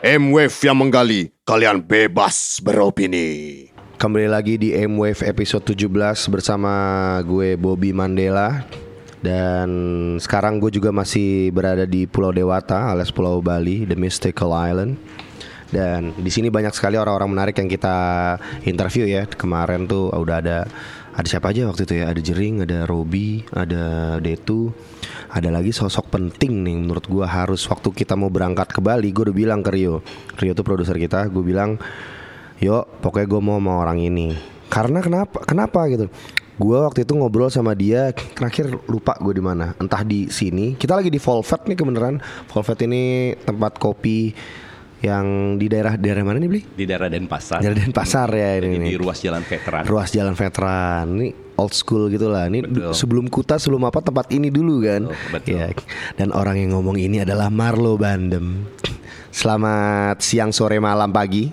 M-Wave yang menggali, kalian bebas beropini. Kembali lagi di M-Wave episode 17 bersama gue Bobby Mandela. Dan sekarang gue juga masih berada di Pulau Dewata alias Pulau Bali, The Mystical Island. Dan di sini banyak sekali orang-orang menarik yang kita interview ya. Kemarin tuh udah ada siapa aja waktu itu ya? Ada Jering, ada Robi, ada Detu. Ada lagi sosok penting nih menurut gue harus waktu kita mau berangkat ke Bali. Gue udah bilang ke Rio tuh produser kita. Gue bilang, yuk pokoknya gue mau sama orang ini. Karena kenapa gitu. Gue waktu itu ngobrol sama dia, terakhir lupa gue di mana. Entah di sini. Kita lagi di Volvet nih kebenaran. Volvet ini tempat kopi yang di daerah mana nih Bli? Di daerah Denpasar. Daerah Denpasar ya ini. Di ruas Jalan Veteran. Ruas Jalan Veteran. Ini old school gitulah. Ini sebelum Kuta, sebelum apa tempat ini dulu kan. Betul. Ya. Dan orang yang ngomong ini adalah Marlo Bandem. Selamat siang, sore, malam, pagi.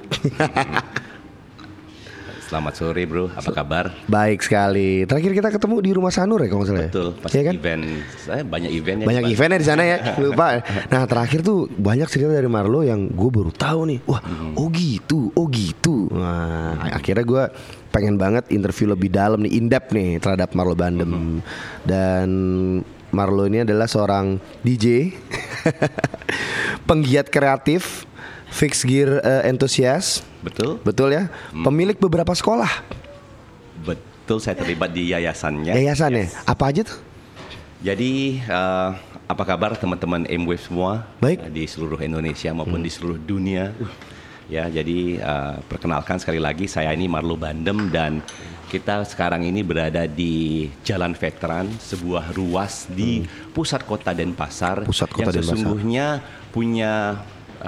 Selamat sore bro, apa kabar? Baik sekali. Terakhir kita ketemu di rumah Sanur ya kalau nggak salah. Betul, pas ya, kan? event. Saya banyak event ya. Banyak eventnya di sana ya, lupa. Nah terakhir tuh banyak cerita dari Marlo yang gue baru tahu nih. Wah, oh gitu. Nah, akhirnya gue pengen banget interview lebih dalam nih, in depth nih terhadap Marlo Bandem. Dan Marlo ini adalah seorang DJ, penggiat kreatif, fixed gear enthusiast. Betul ya. Pemilik beberapa sekolah. Betul, saya terlibat di yayasannya. Yayasannya, apa aja tuh? Jadi apa kabar teman-teman M-Wave semua? Baik. Di seluruh Indonesia maupun di seluruh dunia. Ya, jadi perkenalkan sekali lagi, saya ini Marlo Bandem dan kita sekarang ini berada di Jalan Veteran, sebuah ruas di pusat kota Denpasar. Yang sesungguhnya punya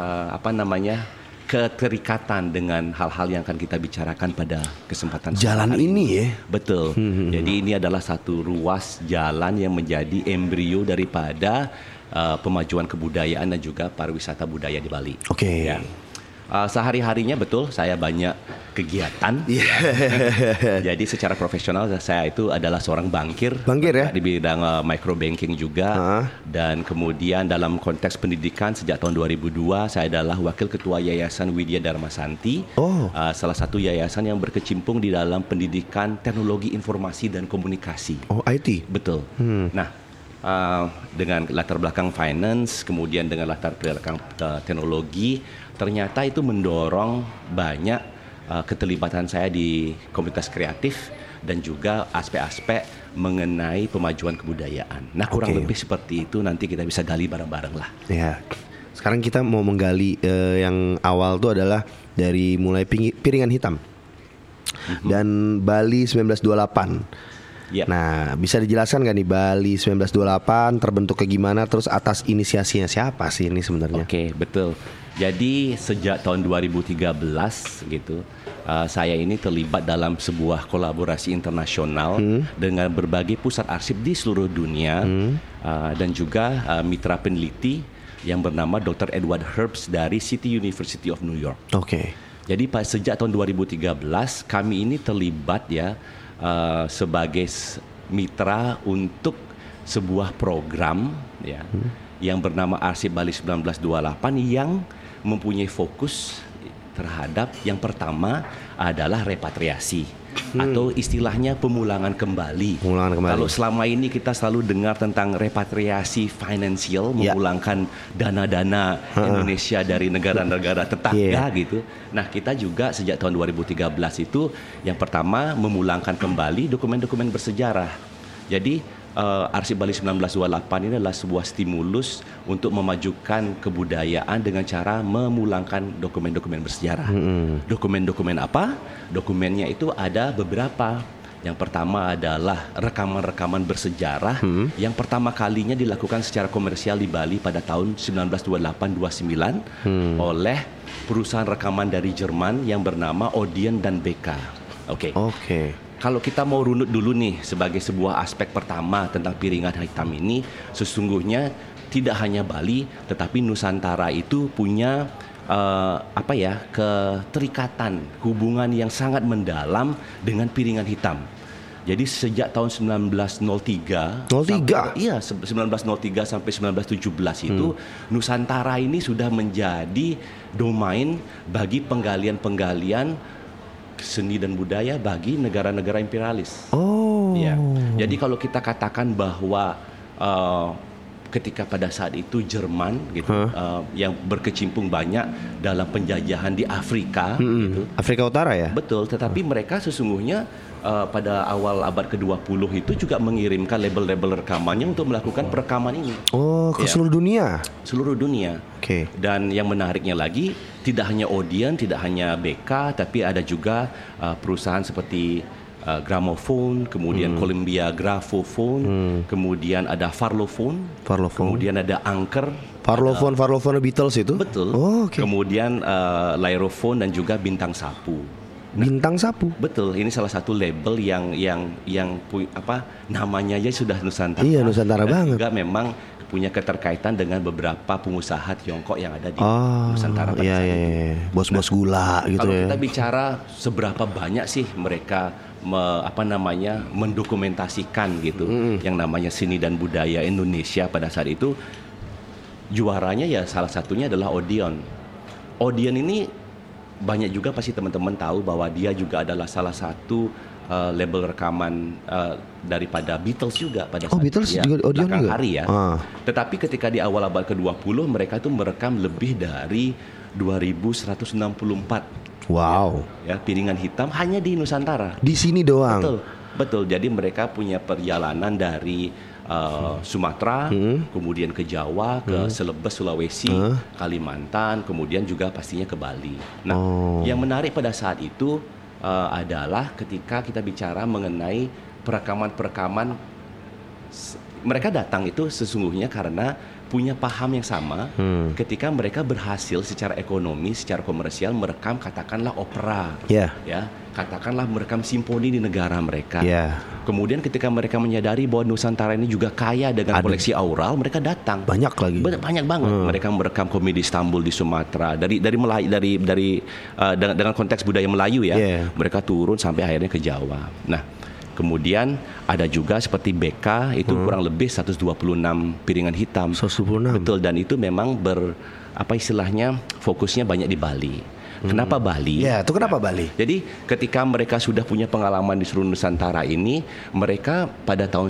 keterikatan dengan hal-hal yang akan kita bicarakan pada kesempatan jalan ini ya. Betul. Jadi ini adalah satu ruas jalan yang menjadi embrio daripada pemajuan kebudayaan dan juga pariwisata budaya di Bali. Oke. Ya. Sehari-harinya betul saya banyak kegiatan. Jadi secara profesional saya itu adalah seorang bankir ya? Di bidang micro banking juga. Dan kemudian dalam konteks pendidikan sejak tahun 2002 saya adalah wakil ketua Yayasan Widya Dharma Santi. Salah satu yayasan yang berkecimpung di dalam pendidikan teknologi informasi dan komunikasi. Oh, IT. Betul. Nah, dengan latar belakang finance, kemudian dengan latar belakang teknologi, ternyata itu mendorong banyak keterlibatan saya di komunitas kreatif dan juga aspek-aspek mengenai pemajuan kebudayaan. Nah, kurang lebih seperti itu, nanti kita bisa gali bareng-bareng lah. Ya. Sekarang kita mau menggali yang awal itu adalah dari mulai piringan hitam dan Bali 1928. Yep. Nah, bisa dijelaskan gak nih Bali 1928 terbentuknya gimana, terus atas inisiasinya siapa sih ini sebenarnya? Oke, betul. Jadi sejak tahun 2013 gitu, saya ini terlibat dalam sebuah kolaborasi internasional dengan berbagai pusat arsip di seluruh dunia dan juga mitra peneliti yang bernama Dr. Edward Herbst dari City University of New York. Jadi sejak tahun 2013 kami ini terlibat ya sebagai mitra untuk sebuah program ya yang bernama Arsip Bali 1928 yang mempunyai fokus terhadap yang pertama adalah repatriasi atau istilahnya pemulangan kembali. Kalau selama ini kita selalu dengar tentang repatriasi finansial, memulangkan dana-dana Indonesia dari negara-negara tetangga gitu. Nah, kita juga sejak tahun 2013 itu yang pertama memulangkan kembali dokumen-dokumen bersejarah. Jadi Arsip Bali 1928 ini adalah sebuah stimulus untuk memajukan kebudayaan dengan cara memulangkan dokumen-dokumen bersejarah. Dokumen-dokumen apa? Dokumennya itu ada beberapa. Yang pertama adalah rekaman-rekaman bersejarah yang pertama kalinya dilakukan secara komersial di Bali pada tahun 1928-29 oleh perusahaan rekaman dari Jerman yang bernama Odeon dan Beka. Kalau kita mau runut dulu nih sebagai sebuah aspek pertama tentang piringan hitam ini, sesungguhnya tidak hanya Bali tetapi Nusantara itu punya keterikatan, hubungan yang sangat mendalam dengan piringan hitam. Jadi sejak tahun 1903 03? 1903 sampai 1917 itu Nusantara ini sudah menjadi domain bagi penggalian-penggalian seni dan budaya bagi negara-negara imperialis. Ya. Jadi kalau kita katakan bahwa ketika pada saat itu Jerman gitu yang berkecimpung banyak dalam penjajahan di Afrika gitu. Afrika Utara ya? Betul, tetapi mereka sesungguhnya pada awal abad ke-20 itu juga mengirimkan label-label rekamannya untuk melakukan perekaman ini. Ke seluruh dunia? Seluruh dunia. Oke. Dan yang menariknya lagi, tidak hanya Odeon, tidak hanya BK, tapi ada juga perusahaan seperti Gramophone, kemudian Columbia Graphophone, kemudian ada Farlophone, kemudian ada Anchor. Farlophone Beatles itu? Betul. Kemudian Lyrophone dan juga Bintang Sapu. Bintang Sapu. Betul, ini salah satu label yang namanya aja sudah Nusantara. Iya, Nusantara dan banget. Juga memang punya keterkaitan dengan beberapa pengusaha Tiongkok yang ada di Nusantara pada saat itu. Bos-bos gula gitu. Kalau kita bicara seberapa banyak sih mereka mendokumentasikan gitu yang namanya seni dan budaya Indonesia pada saat itu, juaranya ya salah satunya adalah Odeon. Odeon ini banyak juga pasti teman-teman tahu bahwa dia juga adalah salah satu label rekaman daripada Beatles juga pada saat Beatles juga Odeon juga? hari ya. Tetapi ketika di awal abad ke-20 mereka itu merekam lebih dari 2164 ya, piringan hitam hanya di Nusantara. Di sini doang. Betul. Jadi mereka punya perjalanan dari Sumatera, kemudian ke Jawa, ke Celebes, Sulawesi, Kalimantan, kemudian juga pastinya ke Bali. Nah, yang menarik pada saat itu adalah ketika kita bicara mengenai perekaman-perekaman, mereka datang itu sesungguhnya karena punya paham yang sama ketika mereka berhasil secara ekonomi, secara komersial merekam katakanlah opera, ya, katakanlah merekam simfoni di negara mereka. Kemudian ketika mereka menyadari bahwa Nusantara ini juga kaya dengan koleksi aural, mereka datang. Banyak lagi. Banyak banget. Mereka merekam komedi Istanbul di Sumatera dengan konteks budaya Melayu ya. Mereka turun sampai akhirnya ke Jawa. Nah, kemudian ada juga seperti BK itu kurang lebih 126 piringan hitam. 126. Betul, dan itu memang fokusnya banyak di Bali. Kenapa Bali? Ya, itu kenapa Bali? Jadi ketika mereka sudah punya pengalaman di seluruh Nusantara ini, mereka pada tahun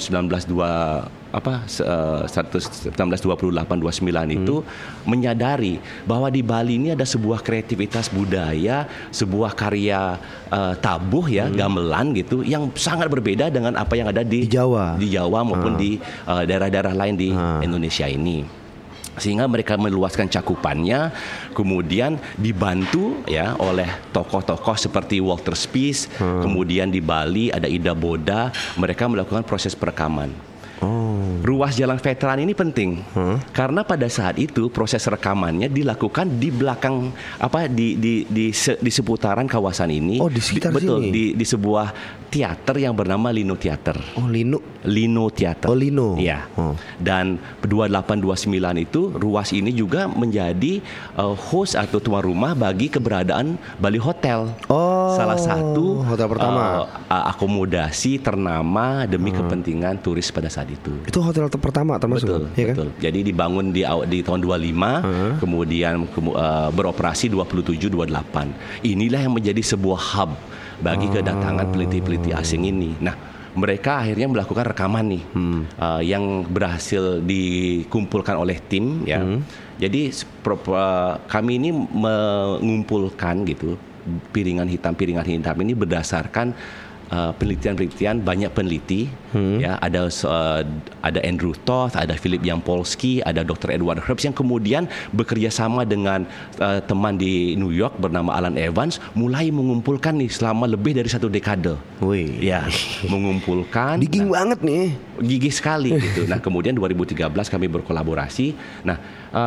1928-29 itu menyadari bahwa di Bali ini ada sebuah kreativitas budaya, sebuah karya tabuh ya, gamelan gitu, yang sangat berbeda dengan apa yang ada di Jawa maupun di daerah-daerah lain di Indonesia ini. Sehingga mereka meluaskan cakupannya, kemudian dibantu ya oleh tokoh-tokoh seperti Walter Spies, kemudian di Bali ada Ida Boda, mereka melakukan proses perekaman. Ruas jalan veteran ini penting karena pada saat itu proses rekamannya dilakukan di belakang di seputaran kawasan ini. Di sekitar sini. Di sebuah teater yang bernama Lino Theater. Lino Theater. Lino. Ya. Dan 2829 itu ruas ini juga menjadi host atau tuan rumah bagi keberadaan Bali Hotel. Salah satu hotel pertama. Akomodasi ternama demi kepentingan turis pada saat itu. Itu hotel pertama termasuk. Betul, ya kan? betul. Jadi dibangun di tahun 25, kemudian beroperasi 27-28. Inilah yang menjadi sebuah hub bagi kedatangan peneliti-peneliti asing ini. Nah, mereka akhirnya melakukan rekaman nih, yang berhasil dikumpulkan oleh tim ya. Jadi kami ini mengumpulkan gitu piringan hitam ini berdasarkan penelitian banyak peneliti ya, ada Andrew Toth, ada Philip Yampolsky, ada Dr. Edward Herbst yang kemudian bekerja sama dengan teman di New York bernama Alan Evans, mulai mengumpulkan nih selama lebih dari 1 dekade. Ya, mengumpulkan. Gigih banget nih. Gigih sekali gitu. Nah, kemudian 2013 kami berkolaborasi. Nah,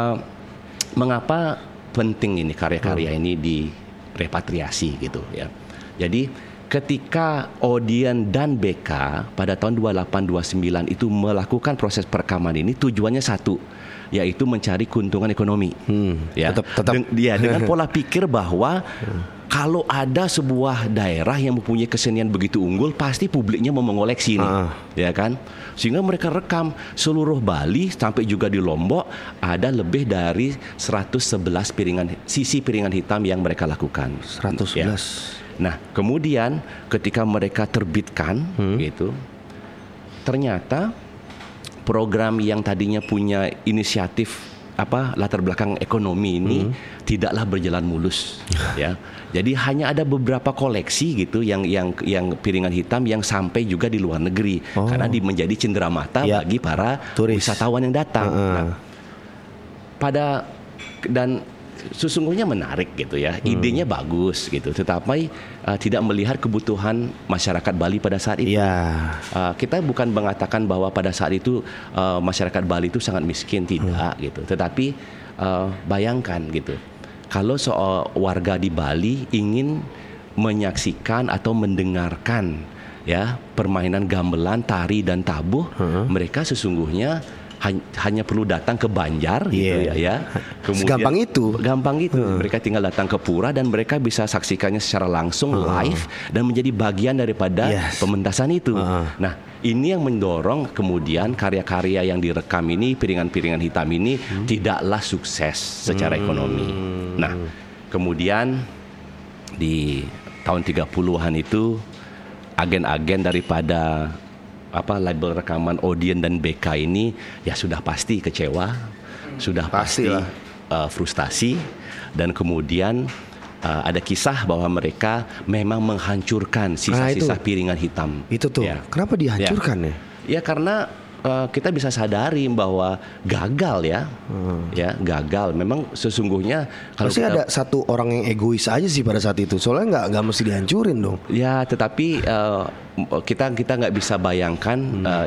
mengapa penting ini karya-karya ini direpatriasi gitu ya. Jadi ketika Odeon dan BK pada tahun 28-29 itu melakukan proses perekaman ini, tujuannya satu, yaitu mencari keuntungan ekonomi. Ya, tetap. dengan pola pikir bahwa Kalau ada sebuah daerah yang mempunyai kesenian begitu unggul, pasti publiknya mau mengoleksi nih, ya kan? Sehingga mereka rekam seluruh Bali sampai juga di Lombok ada lebih dari 111 sisi piringan hitam yang mereka lakukan. 111. Ya. Nah, kemudian ketika mereka terbitkan gitu, ternyata program yang tadinya punya inisiatif latar belakang ekonomi ini tidaklah berjalan mulus ya. Jadi hanya ada beberapa koleksi gitu yang piringan hitam yang sampai juga di luar negeri karena menjadi cenderamata bagi para turis, wisatawan yang datang. Nah, dan sesungguhnya menarik gitu ya, idenya bagus gitu, tetapi tidak melihat kebutuhan masyarakat Bali pada saat itu. Kita bukan mengatakan bahwa pada saat itu masyarakat Bali itu sangat miskin, tidak gitu. Tetapi bayangkan gitu, kalau warga di Bali ingin menyaksikan atau mendengarkan ya permainan gamelan, tari dan tabuh, mereka sesungguhnya hanya perlu datang ke Banjar gitu ya. Kemudian gampang itu. Mereka tinggal datang ke pura dan mereka bisa saksikannya secara langsung live dan menjadi bagian daripada pementasan itu. Nah, ini yang mendorong kemudian karya-karya yang direkam ini, piringan-piringan hitam ini tidaklah sukses secara ekonomi. Nah, kemudian di tahun 30-an itu agen-agen daripada label rekaman Odeon dan BK ini ya sudah pasti kecewa, sudah pasti frustasi, dan kemudian ada kisah bahwa mereka memang menghancurkan sisa-sisa piringan hitam. Itu tuh, kenapa dihancurkan ya? Ya karena kita bisa sadari bahwa gagal ya gagal. Memang sesungguhnya kalau pasti ada satu orang yang egois aja sih pada saat itu. Soalnya nggak mesti dihancurin dong. Ya, tetapi kita nggak bisa bayangkan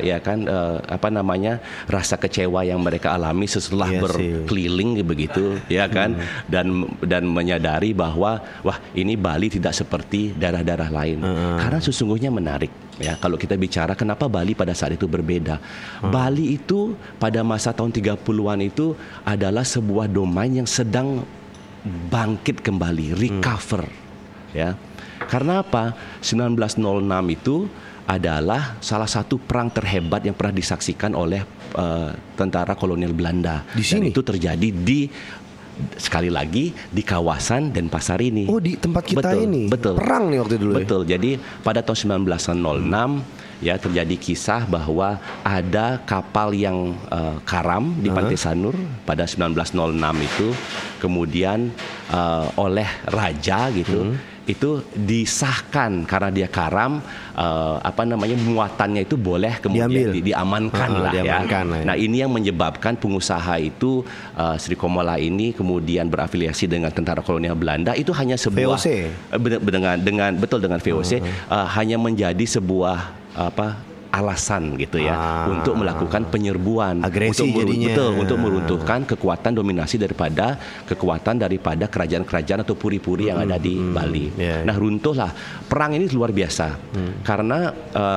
rasa kecewa yang mereka alami setelah berkeliling begitu ya kan, dan menyadari bahwa ini Bali tidak seperti daerah-daerah lain. Karena sesungguhnya menarik ya kalau kita bicara kenapa Bali pada saat itu berbeda. Bali itu pada masa tahun 30-an itu adalah sebuah domain yang sedang bangkit kembali, recover ya. Karena apa? 1906 itu adalah salah satu perang terhebat yang pernah disaksikan oleh tentara kolonial Belanda. Di sini? Dan itu terjadi sekali lagi di kawasan Denpasar ini. Oh, di tempat kita ini. Betul. Perang nih waktu dulu. Betul. Jadi pada tahun 1906 ya terjadi kisah bahwa ada kapal yang karam di Pantai Sanur pada 1906 itu, kemudian oleh raja gitu. Itu disahkan karena dia karam, muatannya itu boleh kemudian diamankan ya. Nah, ini yang menyebabkan pengusaha itu Sri Komala ini kemudian berafiliasi dengan tentara kolonial Belanda. Itu hanya sebuah VOC. dengan VOC, hanya menjadi sebuah alasan gitu ya untuk melakukan penyerbuan, agresi jadinya. Untuk meruntuhkan kekuatan dominasi daripada kerajaan-kerajaan atau puri-puri yang ada di Bali. Nah, runtuhlah. Perang ini luar biasa karena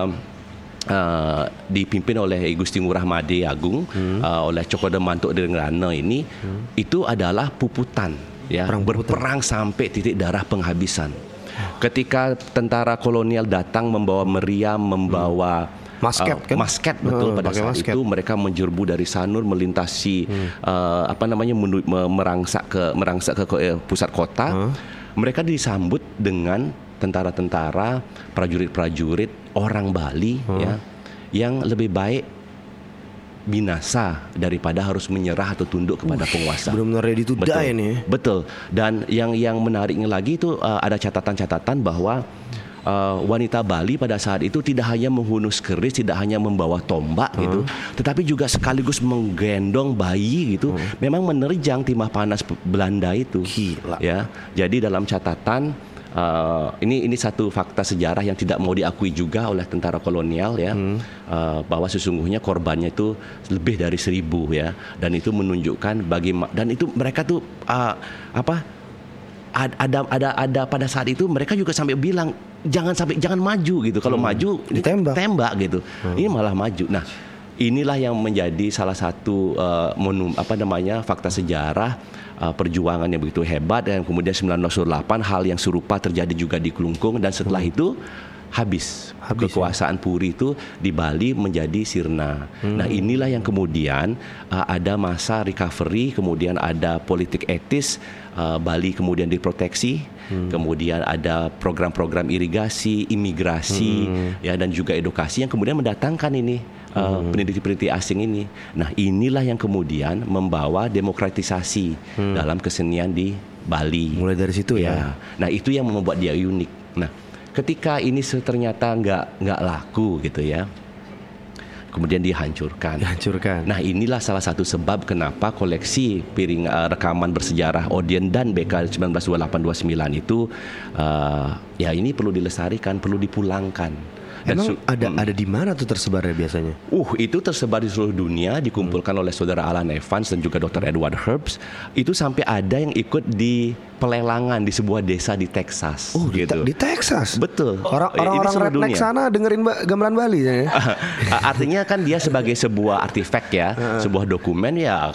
dipimpin oleh Gusti Ngurah Made Agung, oleh Cokodam Mantuk Dengrana ini, itu adalah puputan ya, berperang sampai titik darah penghabisan. Ketika tentara kolonial datang membawa meriam, membawa masket betul, pada saat itu mereka menjerbu dari Sanur, melintasi merangsak ke pusat kota. Mereka disambut dengan tentara-tentara, prajurit-prajurit orang Bali ya, yang lebih baik binasa daripada harus menyerah atau tunduk kepada penguasa. Benar-benar ready to die nih. Betul. Dan yang menariknya lagi itu ada catatan-catatan bahwa wanita Bali pada saat itu tidak hanya menghunus keris, tidak hanya membawa tombak gitu, tetapi juga sekaligus menggendong bayi gitu. Memang menerjang timah panas Belanda itu. Gila. Ya. Jadi dalam catatan ini satu fakta sejarah yang tidak mau diakui juga oleh tentara kolonial ya, bahwa sesungguhnya korbannya itu lebih dari 1.000 ya, dan itu menunjukkan dan itu mereka tuh ada pada saat itu mereka juga sampai bilang jangan maju gitu, kalau maju ditembak gitu. Ini malah maju. Nah, inilah yang menjadi salah satu fakta sejarah perjuangan yang begitu hebat, dan kemudian 1908 hal yang serupa terjadi juga di Kelungkung, dan setelah itu habis kekuasaan Puri itu di Bali menjadi sirna. Nah, inilah yang kemudian ada masa recovery, kemudian ada politik etis, Bali kemudian diproteksi, kemudian ada program-program irigasi, imigrasi, ya, dan juga edukasi yang kemudian mendatangkan ini peneliti-peneliti asing ini. Nah, inilah yang kemudian membawa demokratisasi dalam kesenian di Bali. Mulai dari situ ya. Nah, itu yang membuat dia unik. Nah, ketika ini ternyata nggak laku gitu ya, kemudian dihancurkan. Nah, inilah salah satu sebab kenapa koleksi piring rekaman bersejarah Odeon dan BK 1928-29 itu ya ini perlu dilestarikan, perlu dipulangkan. Dan emang ada di mana tuh tersebarnya biasanya? Itu tersebar di seluruh dunia, dikumpulkan oleh saudara Alan Evans dan juga Dr. Edward Herbst. Itu sampai ada yang ikut di pelelangan di sebuah desa di Texas. Gitu. Di Texas? Betul. Orang-orang redneck sana dengerin gamelan Bali ya? Artinya kan dia sebagai sebuah artefak ya, sebuah dokumen ya,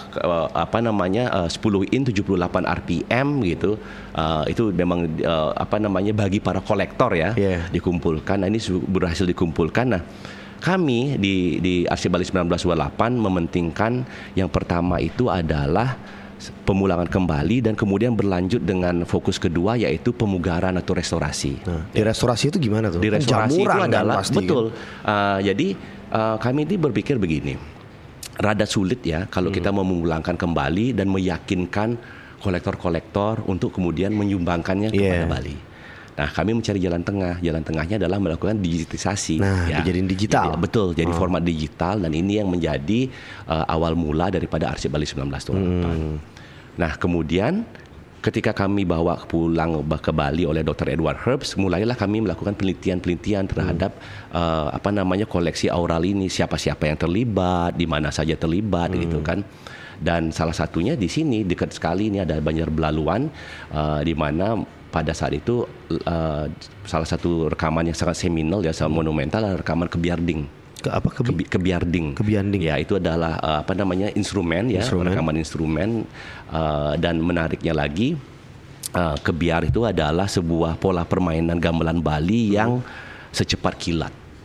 10 in 78 RPM gitu. Itu memang bagi para kolektor ya, dikumpulkan. Nah, ini berhasil dikumpulkan. Nah, kami di Arsip Bali 1928 mementingkan yang pertama itu adalah pemulangan kembali, dan kemudian berlanjut dengan fokus kedua yaitu pemugaran atau restorasi. Nah, di restorasi itu gimana tuh? Di restorasi itu adalah pasti, betul. Jadi kami ini berpikir begini, rada sulit ya kalau kita memulangkan kembali dan meyakinkan kolektor-kolektor untuk kemudian menyumbangkannya kepada Bali. Nah, kami mencari jalan tengah. Jalan tengahnya adalah melakukan digitisasi. Nah, dijadiin digital. Betul, jadi format digital, dan ini yang menjadi awal mula daripada Arsip Bali 1928. Nah, kemudian ketika kami bawa pulang ke Bali oleh Dr. Edward Herbst, mulailah kami melakukan penelitian terhadap koleksi aural ini, siapa-siapa yang terlibat, di mana saja terlibat gitu kan. Dan salah satunya di sini dekat sekali ini ada Banjar Belaluan, di mana pada saat itu salah satu rekaman yang sangat seminal ya, sangat monumental adalah rekaman Kebiarding. Kebiarding. Ya, itu adalah instrumen ya, rekaman instrumen, dan menariknya lagi kebiar itu adalah sebuah pola permainan gamelan Bali yang secepat kilat.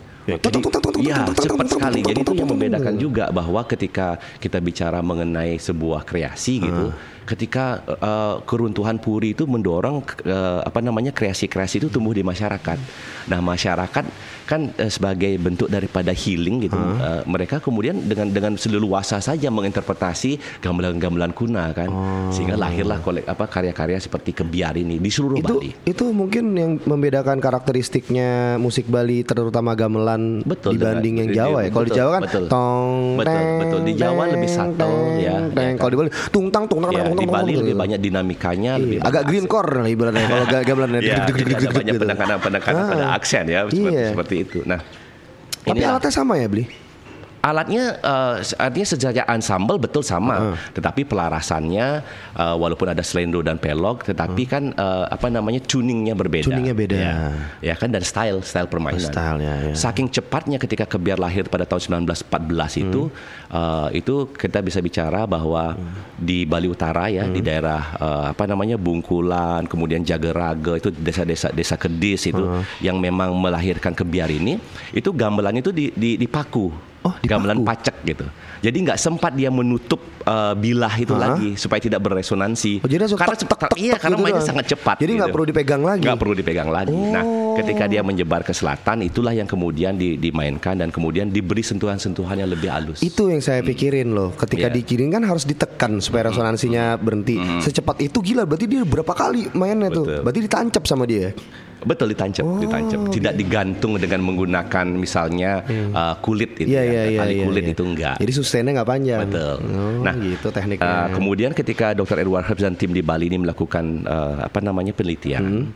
Ya, cepat sekali. Jadi itu yang membedakan juga bahwa ketika kita bicara mengenai sebuah kreasi gitu, ketika keruntuhan Puri itu mendorong kreasi-kreasi itu tumbuh di masyarakat. Nah, masyarakat kan sebagai bentuk daripada healing gitu, mereka kemudian dengan seleluasa saja menginterpretasi gamelan-gamelan kuna kan, sehingga lahirlah karya-karya seperti Kebiar ini di seluruh Bali. Itu mungkin yang membedakan karakteristiknya musik Bali, terutama gamelan, dibanding yang Jawa ya. Kalau di Jawa kan betul. Di Jawa lebih subtle ya. Kalau di Bali tung tang. Di Bali lebih banyak dinamikanya, lebih agak greencore lah ibaratnya kalau gamelan. Ada banyak penekanan pada aksen ya, seperti itu. Nah, tapi alatnya sama ya, Bli? Alatnya artinya secara ensemble betul sama, tetapi pelarasannya walaupun ada slendro dan pelog, tetapi kan tuningnya berbeda. Tuningnya beda. Ya kan, dan style permainan. Saking cepatnya ketika Kebiar lahir pada tahun 1914 itu kita bisa bicara bahwa di Bali Utara ya, di daerah Bungkulan, kemudian Jageraga, itu desa Kedis itu yang memang melahirkan Kebiar ini, itu gamelan itu dipaku. Gamelan pacek gitu. Jadi nggak sempat dia menutup bilah itu lagi supaya tidak berresonansi. Karena mainnya sangat cepat. Jadi nggak perlu dipegang lagi. Nah, ketika dia menyebar ke selatan, itulah yang kemudian dimainkan dan kemudian diberi sentuhan-sentuhan yang lebih halus. Itu yang saya pikirin loh. Ketika dikirim kan harus ditekan supaya resonansinya berhenti. Secepat itu gila. Berarti dia berapa kali mainnya tuh? Berarti ditancap sama dia. Betul, ditancap. Tidak digantung dengan menggunakan misalnya kulit itu. Tali kulit itu enggak. Jadi sustainnya nggak panjang. Betul. Nah, gitu tekniknya. Kemudian ketika Dr. Edward Herbst dan tim di Bali ini melakukan penelitian,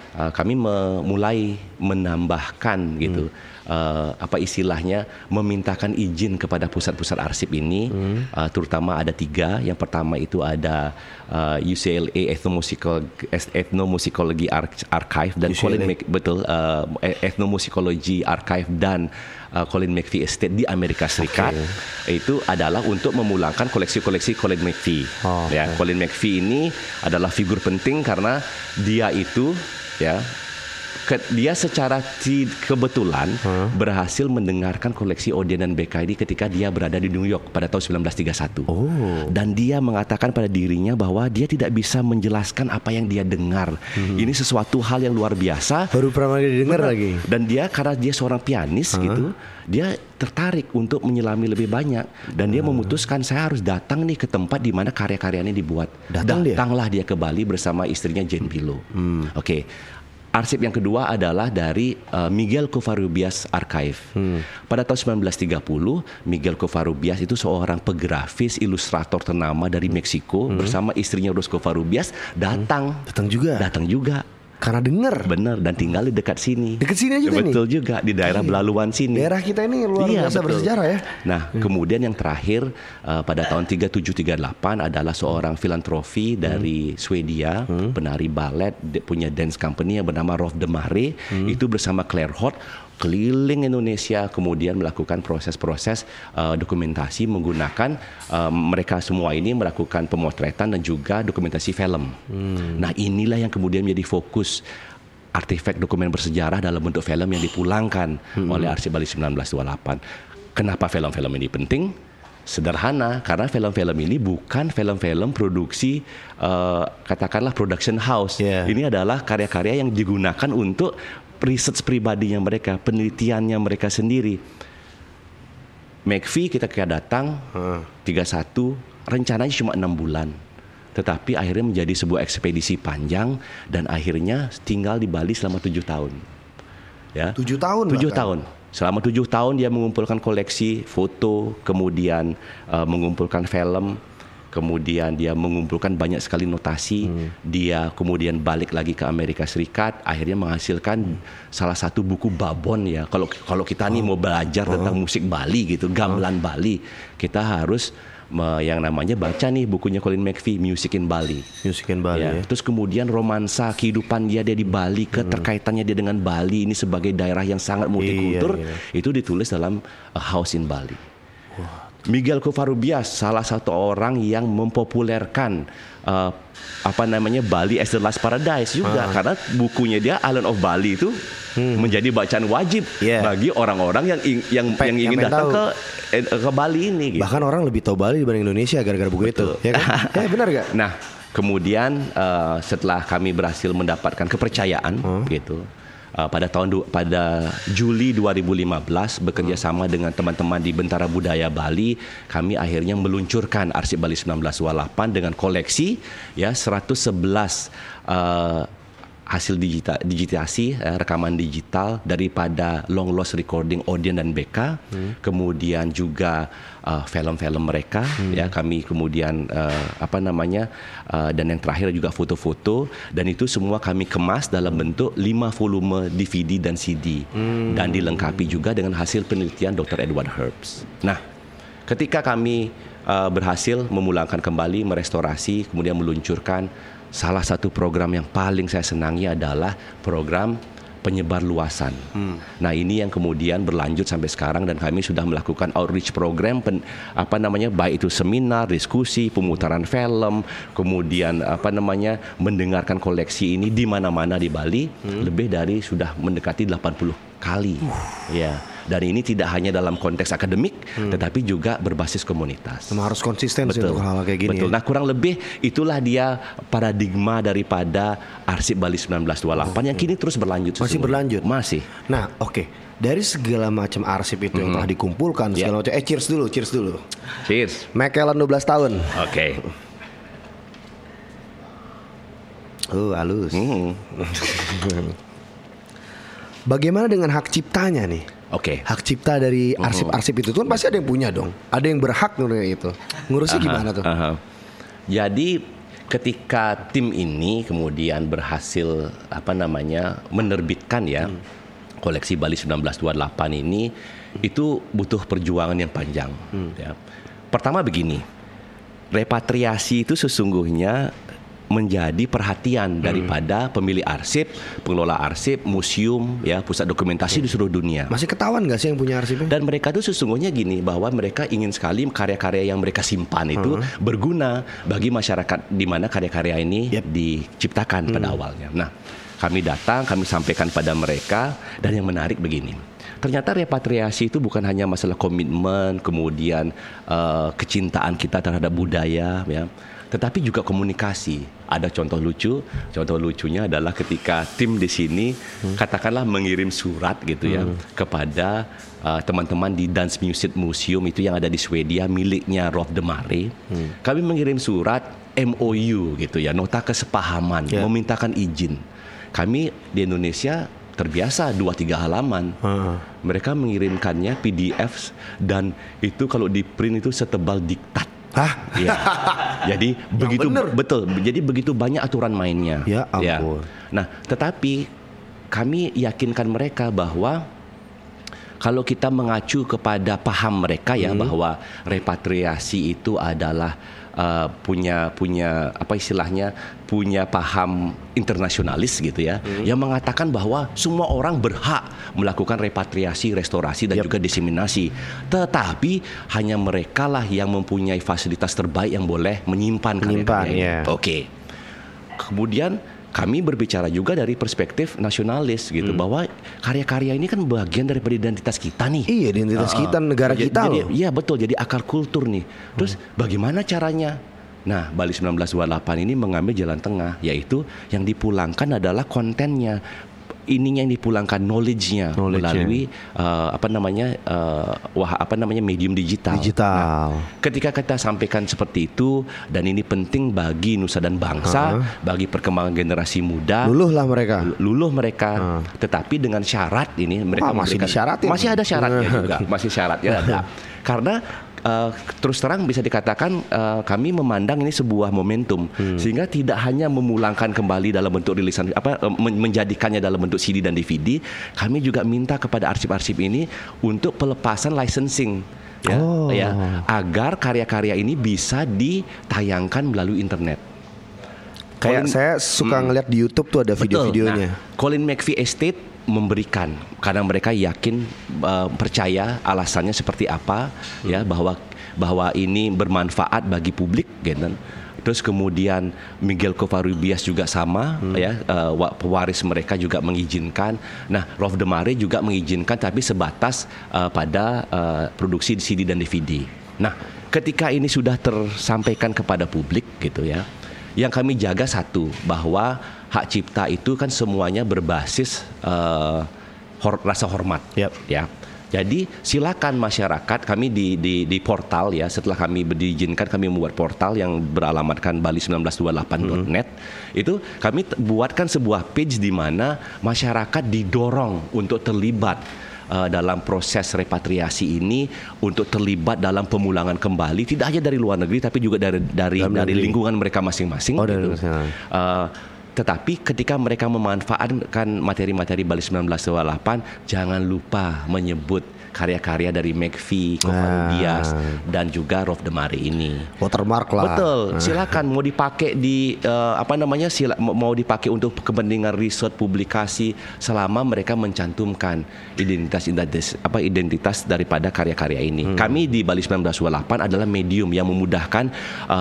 kami mulai menambahkan gitu apa istilahnya memintakan izin kepada pusat-pusat arsip ini, terutama ada 3. Yang pertama itu ada UCLA Ethnomusicology Archive dan Ethnomusicology Archive dan Colin McVie Estate di Amerika Serikat. Itu adalah untuk memulangkan koleksi-koleksi Colin McVie. Ya, Colin McVie ini adalah figur penting karena dia itu dia secara kebetulan berhasil mendengarkan koleksi Odeon dan BK ini ketika dia berada di New York pada tahun 1931. Dan dia mengatakan pada dirinya bahwa dia tidak bisa menjelaskan apa yang dia dengar. Ini sesuatu hal yang luar biasa. Baru pernah didengar lagi. Dan dia karena dia seorang pianis gitu, dia tertarik untuk menyelami lebih banyak. Dan dia memutuskan saya harus datang nih ke tempat di mana karya-karyanya dibuat. Datanglah dia ke Bali bersama istrinya Jane Pillow. Oke. Arsip yang kedua adalah dari Miguel Covarrubias Archive. Pada tahun 1930, Miguel Covarrubias itu seorang pegrafis, ilustrator ternama dari Meksiko bersama istrinya Rose Covarrubias datang juga. Karena dengar. Benar, dan tinggal di dekat sini. Dekat sini aja betul nih? Juga, di daerah Belaluan sini. Daerah kita ini luar biasa bersejarah ya. Nah, kemudian yang terakhir pada tahun 37-38 adalah seorang filantropi dari Swedia, penari balet, punya dance company yang bernama Rolf de Mare, itu bersama Claire Hort keliling Indonesia, kemudian melakukan proses-proses dokumentasi menggunakan mereka semua ini melakukan pemotretan dan juga dokumentasi film. Nah, inilah yang kemudian menjadi fokus artefak dokumen bersejarah dalam bentuk film yang dipulangkan oleh Arsip Bali 1928. Kenapa film-film ini penting? Sederhana, karena film-film ini bukan film-film produksi katakanlah production house. Ini adalah karya-karya yang digunakan untuk research pribadinya mereka, penelitiannya mereka sendiri. McVie kita datang 31, rencananya cuma 6 bulan. Tetapi akhirnya menjadi sebuah ekspedisi panjang dan akhirnya tinggal di Bali selama 7 tahun. Ya. 7 tahun? 7 tahun. Selama 7 tahun dia mengumpulkan koleksi foto, kemudian mengumpulkan film, kemudian dia mengumpulkan banyak sekali notasi. Dia kemudian balik lagi ke Amerika Serikat, akhirnya menghasilkan salah satu buku babon ya. Kalau kita nih mau belajar tentang musik Bali gitu, gamelan Bali, kita harus yang namanya baca nih bukunya Colin McVie, Music in Bali. Ya. Terus kemudian romansa kehidupan dia di Bali, keterkaitannya dia dengan Bali ini sebagai daerah yang sangat multikultur, itu ditulis dalam A House in Bali. Miguel Covarrubias salah satu orang yang mempopulerkan Bali as the Last Paradise juga, karena bukunya dia Island of Bali itu menjadi bacaan wajib bagi orang-orang yang ingin datang ke Bali ini gitu. Bahkan orang lebih tahu Bali dibanding Indonesia gara-gara buku itu, ya kan? Benar gak? Nah, kemudian setelah kami berhasil mendapatkan kepercayaan gitu, pada Juli 2015 bekerja sama dengan teman-teman di Bentara Budaya Bali, kami akhirnya meluncurkan Arsip Bali 1928 dengan koleksi 111 hasil digitasi, rekaman digital daripada long lost recording Odeon dan BK, kemudian juga film-film mereka, kami kemudian dan yang terakhir juga foto-foto, dan itu semua kami kemas dalam bentuk 5 volume DVD dan CD, dan dilengkapi juga dengan hasil penelitian Dr. Edward Herbst. Nah, ketika kami berhasil memulangkan kembali, merestorasi, kemudian meluncurkan, salah satu program yang paling saya senangi adalah program penyebar luasan. Nah, ini yang kemudian berlanjut sampai sekarang, dan kami sudah melakukan outreach program baik itu seminar, diskusi, pemutaran film, kemudian mendengarkan koleksi ini di mana-mana di Bali, lebih dari sudah mendekati 80 kali. Dan ini tidak hanya dalam konteks akademik, tetapi juga berbasis komunitas. Memang harus konsisten sih untuk hal kayak gini. Betul. Nah, kurang lebih itulah dia paradigma daripada Arsip Bali 1928 yang kini terus berlanjut. Masih berlanjut? Masih. Nah, oke. Dari segala macam arsip itu yang telah dikumpulkan, segala macam. Cheers dulu. Cheers. McKellen 12 tahun. Oke. Halus. Bagaimana dengan hak ciptanya nih? Oke. Hak cipta dari arsip-arsip itu kan pasti ada yang punya dong. Ada yang berhak ngurusnya itu. Ngurusnya gimana tuh? Jadi ketika tim ini kemudian berhasil menerbitkan ya koleksi Bali 1928 ini, itu butuh perjuangan yang panjang. Ya. Pertama begini, repatriasi itu sesungguhnya menjadi perhatian daripada pemilik arsip, pengelola arsip, museum, ya, pusat dokumentasi di seluruh dunia. Masih ketahuan nggak sih yang punya arsipnya? Dan mereka tuh sesungguhnya gini, bahwa mereka ingin sekali karya-karya yang mereka simpan itu berguna bagi masyarakat di mana karya-karya ini diciptakan pada awalnya. Nah, kami datang, kami sampaikan pada mereka, dan yang menarik begini. Ternyata repatriasi itu bukan hanya masalah komitmen, kemudian kecintaan kita terhadap budaya, ya, tetapi juga komunikasi. Ada contoh lucunya adalah ketika tim di sini katakanlah mengirim surat gitu ya kepada teman-teman di Dance Music Museum itu yang ada di Swedia miliknya Rolf de Mare. Kami mengirim surat MOU gitu ya, nota kesepahaman, memintakan izin. Kami di Indonesia terbiasa 2-3 halaman. Mereka mengirimkannya PDF dan itu kalau di print itu setebal diktat. Ya. Jadi begitu betul. Jadi begitu banyak aturan mainnya. Ya ampun. Nah, tetapi kami yakinkan mereka bahwa kalau kita mengacu kepada paham mereka ya bahwa repatriasi itu adalah punya apa istilahnya, punya paham internasionalis gitu ya, yang mengatakan bahwa semua orang berhak melakukan repatriasi, restorasi dan juga diseminasi, tetapi hanya mereka lah yang mempunyai fasilitas terbaik yang boleh menyimpan karya-karya. Oke. Kemudian kami berbicara juga dari perspektif nasionalis gitu, bahwa karya-karya ini kan bagian daripada identitas kita nih. Iya, identitas kita, negara kita loh. Iya betul, jadi akar kultur nih. Terus bagaimana caranya? Nah, Bali 1928 ini mengambil jalan tengah, yaitu yang dipulangkan adalah kontennya. Ininya yang dipulangkan knowledge-nya melalui medium digital. Nah, ketika kita sampaikan seperti itu, dan ini penting bagi nusa dan bangsa, bagi perkembangan generasi muda, luluh mereka. Tetapi dengan syarat ini mereka masih ada syaratnya juga, masih syaratnya ada. Karena terus terang bisa dikatakan kami memandang ini sebuah momentum, sehingga tidak hanya memulangkan kembali dalam bentuk rilisan menjadikannya dalam bentuk CD dan DVD, kami juga minta kepada arsip-arsip ini untuk pelepasan licensing agar karya-karya ini bisa ditayangkan melalui internet. Kayak saya suka ngeliat di YouTube tuh ada video-videonya. Nah, Colin McVie Estate memberikan karena mereka yakin, percaya alasannya seperti apa ya, bahwa ini bermanfaat bagi publik gitu. Terus kemudian Miguel Covarrubias juga sama ya, pewaris mereka juga mengizinkan. Nah, Rolf de Mare juga mengizinkan, tapi sebatas pada produksi CD dan DVD. Nah, ketika ini sudah tersampaikan kepada publik gitu ya, yang kami jaga satu, bahwa hak cipta itu kan semuanya berbasis rasa hormat, ya. Jadi silakan masyarakat, kami di portal ya, setelah kami diizinkan kami membuat portal yang beralamatkan bali1928.net. Itu kami buatkan sebuah page di mana masyarakat didorong untuk terlibat dalam proses repatriasi ini, untuk terlibat dalam pemulangan kembali, tidak hanya dari luar negeri tapi juga dari lingkungan mereka masing-masing. Tetapi ketika mereka memanfaatkan materi-materi Bali 1928, jangan lupa menyebut karya-karya dari McVie, Covarrubias dan juga Rolf de Mare ini. Watermark lah. Betul. Silakan mau dipakai di mau dipakai untuk kepentingan riset, publikasi, selama mereka mencantumkan identitas daripada karya-karya ini. Kami di Bali 1928 adalah medium yang memudahkan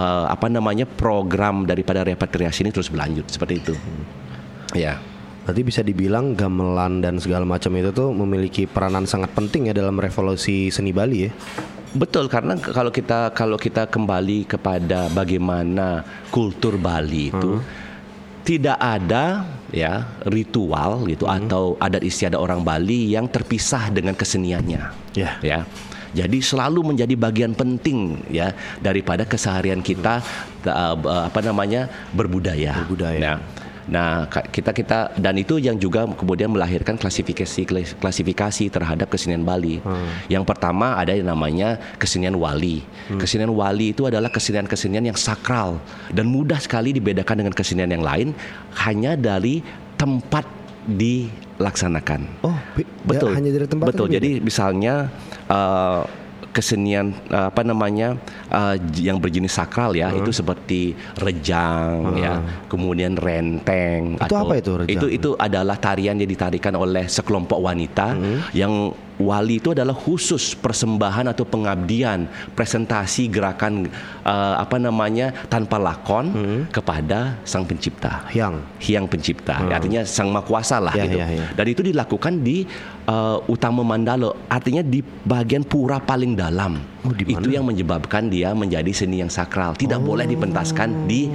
program daripada repatriasi ini terus berlanjut seperti itu. Ya. Berarti bisa dibilang gamelan dan segala macam itu tuh memiliki peranan sangat penting ya dalam revolusi seni Bali ya. Betul, karena kalau kita kembali kepada bagaimana kultur Bali itu tidak ada ya ritual gitu atau adat istiadat orang Bali yang terpisah dengan keseniannya. Ya. Jadi selalu menjadi bagian penting ya daripada keseharian kita berbudaya. Nah, Nah, kita dan itu yang juga kemudian melahirkan klasifikasi terhadap kesenian Bali. Yang pertama ada yang namanya kesenian wali. Kesenian wali itu adalah kesenian-kesenian yang sakral dan mudah sekali dibedakan dengan kesenian yang lain hanya dari tempat dilaksanakan. Oh, betul. Hanya dari tempat. Betul. Jadi misalnya kesenian yang berjenis sakral ya, itu seperti rejang ya, kemudian renteng. Itu apa itu rejang? Itu adalah tarian yang ditarikan oleh sekelompok wanita yang wali itu adalah khusus persembahan atau pengabdian, presentasi gerakan tanpa lakon kepada sang pencipta. Hyang pencipta. Artinya sang maha kuasa lah gitu. Dan itu dilakukan di Utama Mandala, artinya di bagian pura paling dalam. Itu yang menyebabkan dia menjadi seni yang sakral, tidak boleh dipentaskan di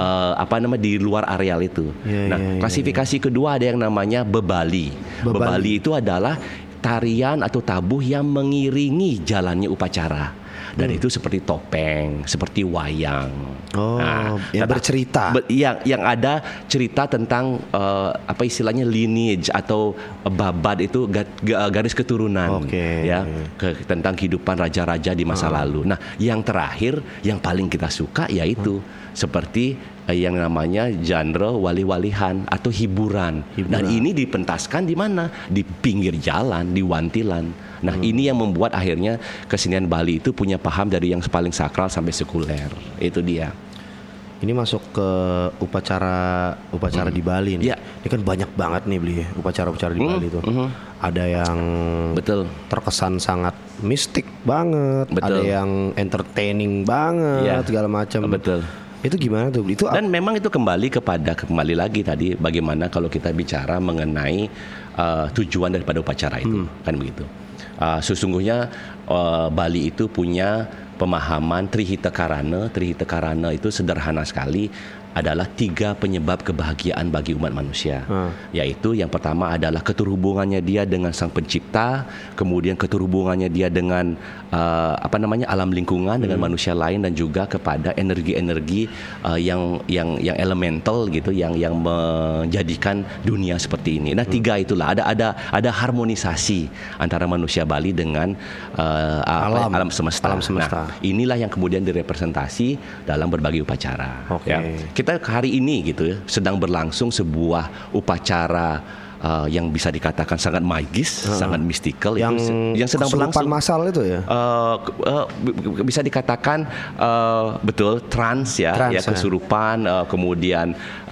di luar areal itu. Klasifikasi kedua ada yang namanya bebali. Bebali itu adalah tarian atau tabuh yang mengiringi jalannya upacara. Dan itu seperti topeng, seperti wayang. Yang bercerita. Yang ada cerita tentang istilahnya lineage atau babad itu garis keturunan, tentang kehidupan raja-raja di masa lalu. Nah, yang terakhir yang paling kita suka yaitu seperti yang namanya genre wali-walihan atau hiburan. Dan ini dipentaskan di mana? Di pinggir jalan, di wantilan. Nah, ini yang membuat akhirnya kesenian Bali itu punya paham dari yang paling sakral sampai sekuler. Itu dia. Ini masuk ke upacara di Bali nih. Ini kan banyak banget nih Bli, upacara-upacara di Bali itu. Ada yang terkesan sangat mistik banget, ada yang entertaining banget, segala macam. Betul. Itu gimana tuh? Dan memang itu kembali lagi tadi bagaimana kalau kita bicara mengenai tujuan daripada upacara itu, kan begitu. Sesungguhnya Bali itu punya pemahaman Trihita Karana. Trihita Karana itu sederhana sekali, adalah 3 penyebab kebahagiaan bagi umat manusia. Yaitu yang pertama adalah keterhubungannya dia dengan sang pencipta, kemudian keterhubungannya dia dengan alam lingkungan, dengan manusia lain, dan juga kepada energi-energi yang elemental gitu, yang menjadikan dunia seperti ini. Nah, 3 itulah ada harmonisasi antara manusia Bali dengan alam semesta. Nah, inilah yang kemudian direpresentasi dalam berbagai upacara. Ya. Kita hari ini gitu sedang berlangsung sebuah upacara yang bisa dikatakan sangat magis, sangat mistikal, yang sedang berlangsung. Masal itu ya. Bisa dikatakan betul trans ya, kesurupan, kemudian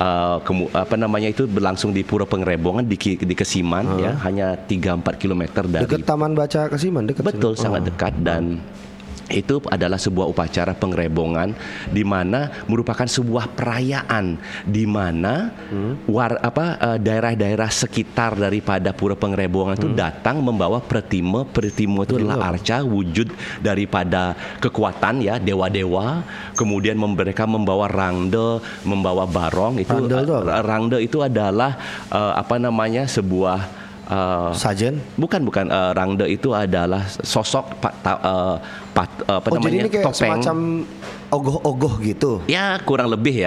itu berlangsung di Pura Pengrebongan di Kesiman ya, hanya 3-4 kilometer dari dekat Taman Baca Kesiman, dekat. Betul, sangat dekat. Dan itu adalah sebuah upacara pengrebongan di mana merupakan sebuah perayaan di mana daerah-daerah sekitar daripada Pura Pengrebongan itu datang membawa pertima itu adalah arca, wujud daripada kekuatan ya, dewa-dewa. Kemudian mereka membawa rangde, membawa barong. Itu rangde itu adalah sebuah sajen? Bukan. Rangde itu adalah sosok jadi ini kayak topeng, semacam ogoh-ogoh gitu. Ya, kurang lebih.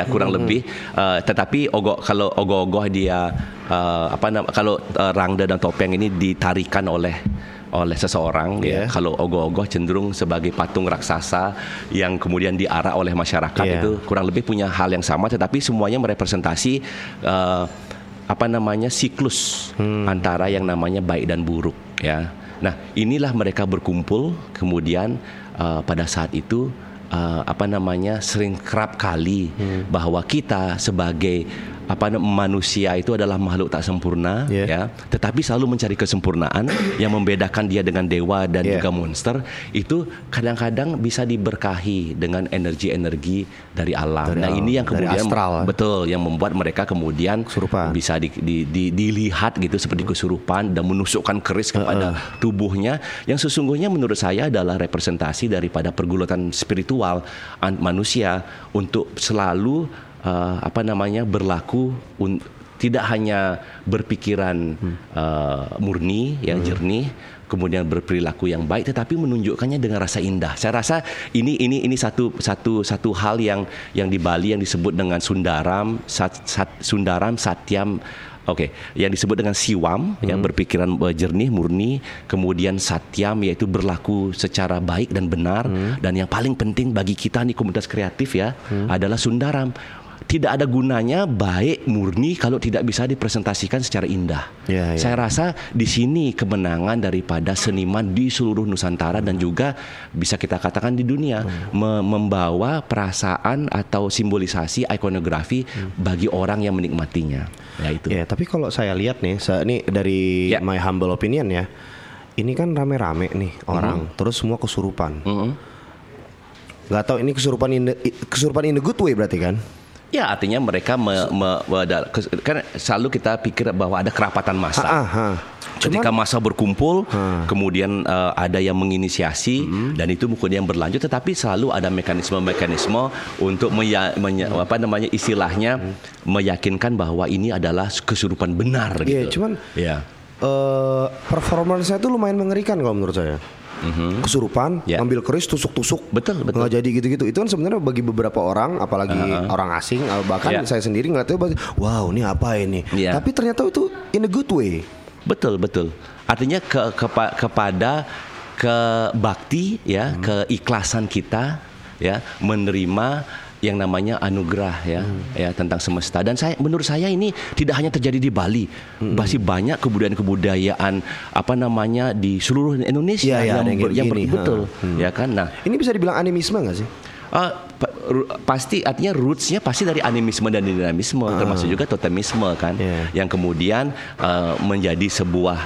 Tetapi kalau ogoh-ogoh dia kalau rangde dan topeng ini ditarikan oleh seseorang ya. Kalau ogoh-ogoh cenderung sebagai patung raksasa yang kemudian diarak oleh masyarakat. Itu kurang lebih punya hal yang sama, tetapi semuanya merepresentasi siklus antara yang namanya baik dan buruk ya. Nah, inilah mereka berkumpul, kemudian pada saat itu sering kerap kali bahwa kita sebagai manusia itu adalah makhluk tak sempurna ya, tetapi selalu mencari kesempurnaan. Yang membedakan dia dengan dewa dan juga monster itu kadang-kadang bisa diberkahi dengan energi-energi dari alam. Ini yang kemudian astral, yang membuat mereka kemudian kesurupan. Bisa dilihat gitu seperti kesurupan dan menusukkan keris kepada tubuhnya, yang sesungguhnya menurut saya adalah representasi daripada pergulatan spiritual manusia untuk selalu berlaku tidak hanya berpikiran murni, ya jernih, kemudian berperilaku yang baik, tetapi menunjukkannya dengan rasa indah. Saya rasa ini satu hal yang di Bali yang disebut dengan Sundaram, Sundaram, Satyam. Oke, yang disebut dengan Siwam, ya, berpikiran jernih, murni, kemudian Satyam, yaitu berlaku secara baik dan benar, dan yang paling penting bagi kita nih komunitas kreatif ya, adalah Sundaram. Tidak ada gunanya baik murni kalau tidak bisa dipresentasikan secara indah. Saya rasa di sini kemenangan daripada seniman di seluruh Nusantara dan juga bisa kita katakan di dunia, membawa perasaan atau simbolisasi ikonografi bagi orang yang menikmatinya. Ya itu. Ya, tapi kalau saya lihat nih, ini dari my humble opinion ya, ini kan rame-rame nih orang, terus semua kesurupan. Nggak tahu ini kesurupan in the good way berarti kan? Ya, artinya mereka kan selalu kita pikir bahwa ada kerapatan massa. Ketika massa berkumpul, kemudian ada yang menginisiasi dan itu kemudian berlanjut, tetapi selalu ada mekanisme untuk istilahnya meyakinkan bahwa ini adalah kesurupan benar gitu. Cuman performance-nya itu lumayan mengerikan kalau menurut saya. Kesurupan, ambil keris, tusuk-tusuk, betul. Nggak jadi gitu-gitu. Itu kan sebenarnya bagi beberapa orang, apalagi orang asing, bahkan saya sendiri ngeliatnya, wow, ini apa ini? Tapi ternyata itu in a good way. Betul. Artinya kepada kebakti, ya, keikhlasan kita, ya, menerima yang namanya anugerah ya tentang semesta. Dan menurut saya ini tidak hanya terjadi di Bali, masih banyak kebudayaan di seluruh Indonesia yang betul ya kan. Nah, ini bisa dibilang animisme nggak sih? Pasti, artinya rootsnya pasti dari animisme dan dinamisme, termasuk juga totemisme kan, yang kemudian menjadi sebuah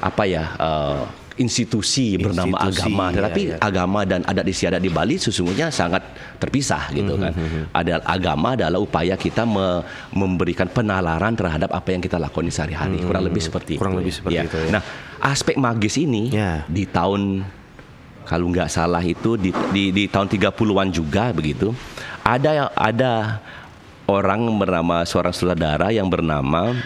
institusi bernama agama, tetapi agama dan adat istiadat di Bali sesungguhnya sangat terpisah gitu kan. Ada agama adalah upaya kita memberikan penalaran terhadap apa yang kita lakukan di sehari-hari, kurang lebih seperti itu. Nah, aspek magis ini di tahun, kalau nggak salah itu di tahun 30-an juga begitu, ada orang bernama seorang saudara yang bernama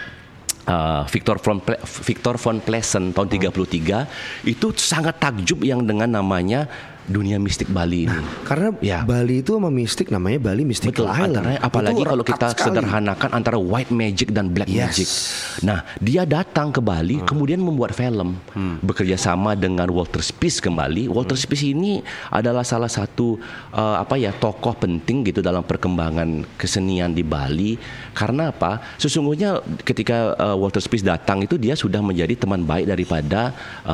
Victor von Plessen tahun 33 itu sangat takjub yang dengan namanya dunia mistik Bali ini. Karena Bali itu sama mistik namanya Bali Mystical Island. Apalagi kalau kita sederhanakan antara white magic dan black magic. Nah, dia datang ke Bali kemudian membuat film bekerja sama dengan Walter Spies kembali. Walter Spies ini adalah salah satu tokoh penting gitu dalam perkembangan kesenian di Bali. Karena apa? Sesungguhnya ketika Walter Spies datang itu dia sudah menjadi teman baik daripada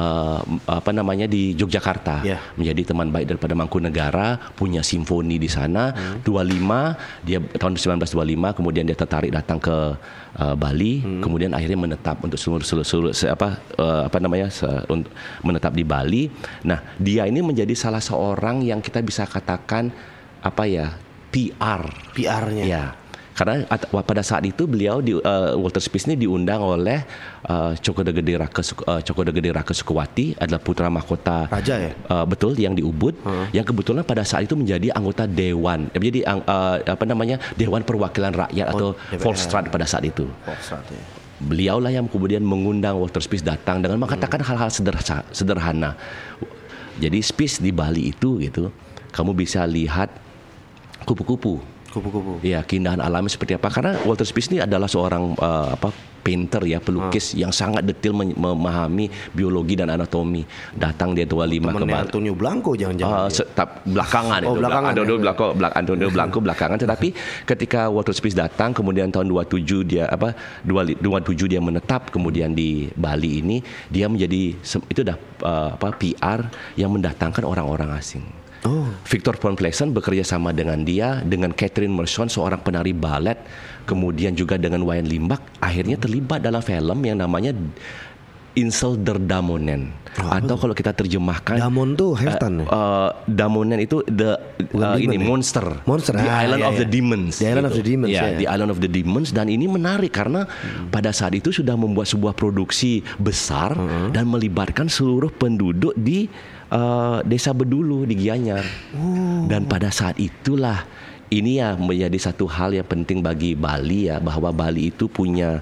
di Yogyakarta. Menjadi teman baik daripada Mangkunegara, punya simfoni di sana. 25 dia tahun 1925 kemudian dia tertarik datang ke Bali, kemudian akhirnya menetap untuk menetap di Bali. Nah, dia ini menjadi salah seorang yang kita bisa katakan PR-nya. Ya. Karena pada saat itu beliau Walter Spies ini diundang oleh Cokodegede Raka Sukuwati, adalah putra mahkota raja ya. Betul, yang di Ubud, yang kebetulan pada saat itu menjadi anggota dewan, Dewan Perwakilan Rakyat atau Volksraad pada saat itu. Beliaulah yang kemudian mengundang Walter Spies datang dengan mengatakan hal-hal sederhana. Jadi Spies di Bali itu gitu, kamu bisa lihat kupu-kupu. Ya, keindahan alamnya seperti apa. Karena Walter Spies ini adalah seorang painter ya, pelukis yang sangat detail memahami biologi dan anatomi. Datang dia 25 ke Bali. Antonio Blanco jangan-jangan. Belakangan itu. Antonio Blanco belakangan. Tetapi ketika Walter Spies datang kemudian tahun 27 dia dia menetap kemudian di Bali ini, dia menjadi PR yang mendatangkan orang-orang asing. Victor von Plessen bekerja sama dengan dia, dengan Catherine Merson, seorang penari balet, kemudian juga dengan Wayan Limbak, akhirnya terlibat dalam film yang namanya Insel der Damonen. Atau kalau kita terjemahkan, Damon tuh Heftan. Damonen itu monster. The Island of the Demons. The Island of the Demons. The Island of the Demons. Dan ini menarik karena pada saat itu sudah membuat sebuah produksi besar dan melibatkan seluruh penduduk di Desa Bedulu di Gianyar. Dan pada saat itulah ini ya menjadi satu hal yang penting bagi Bali ya, bahwa Bali itu punya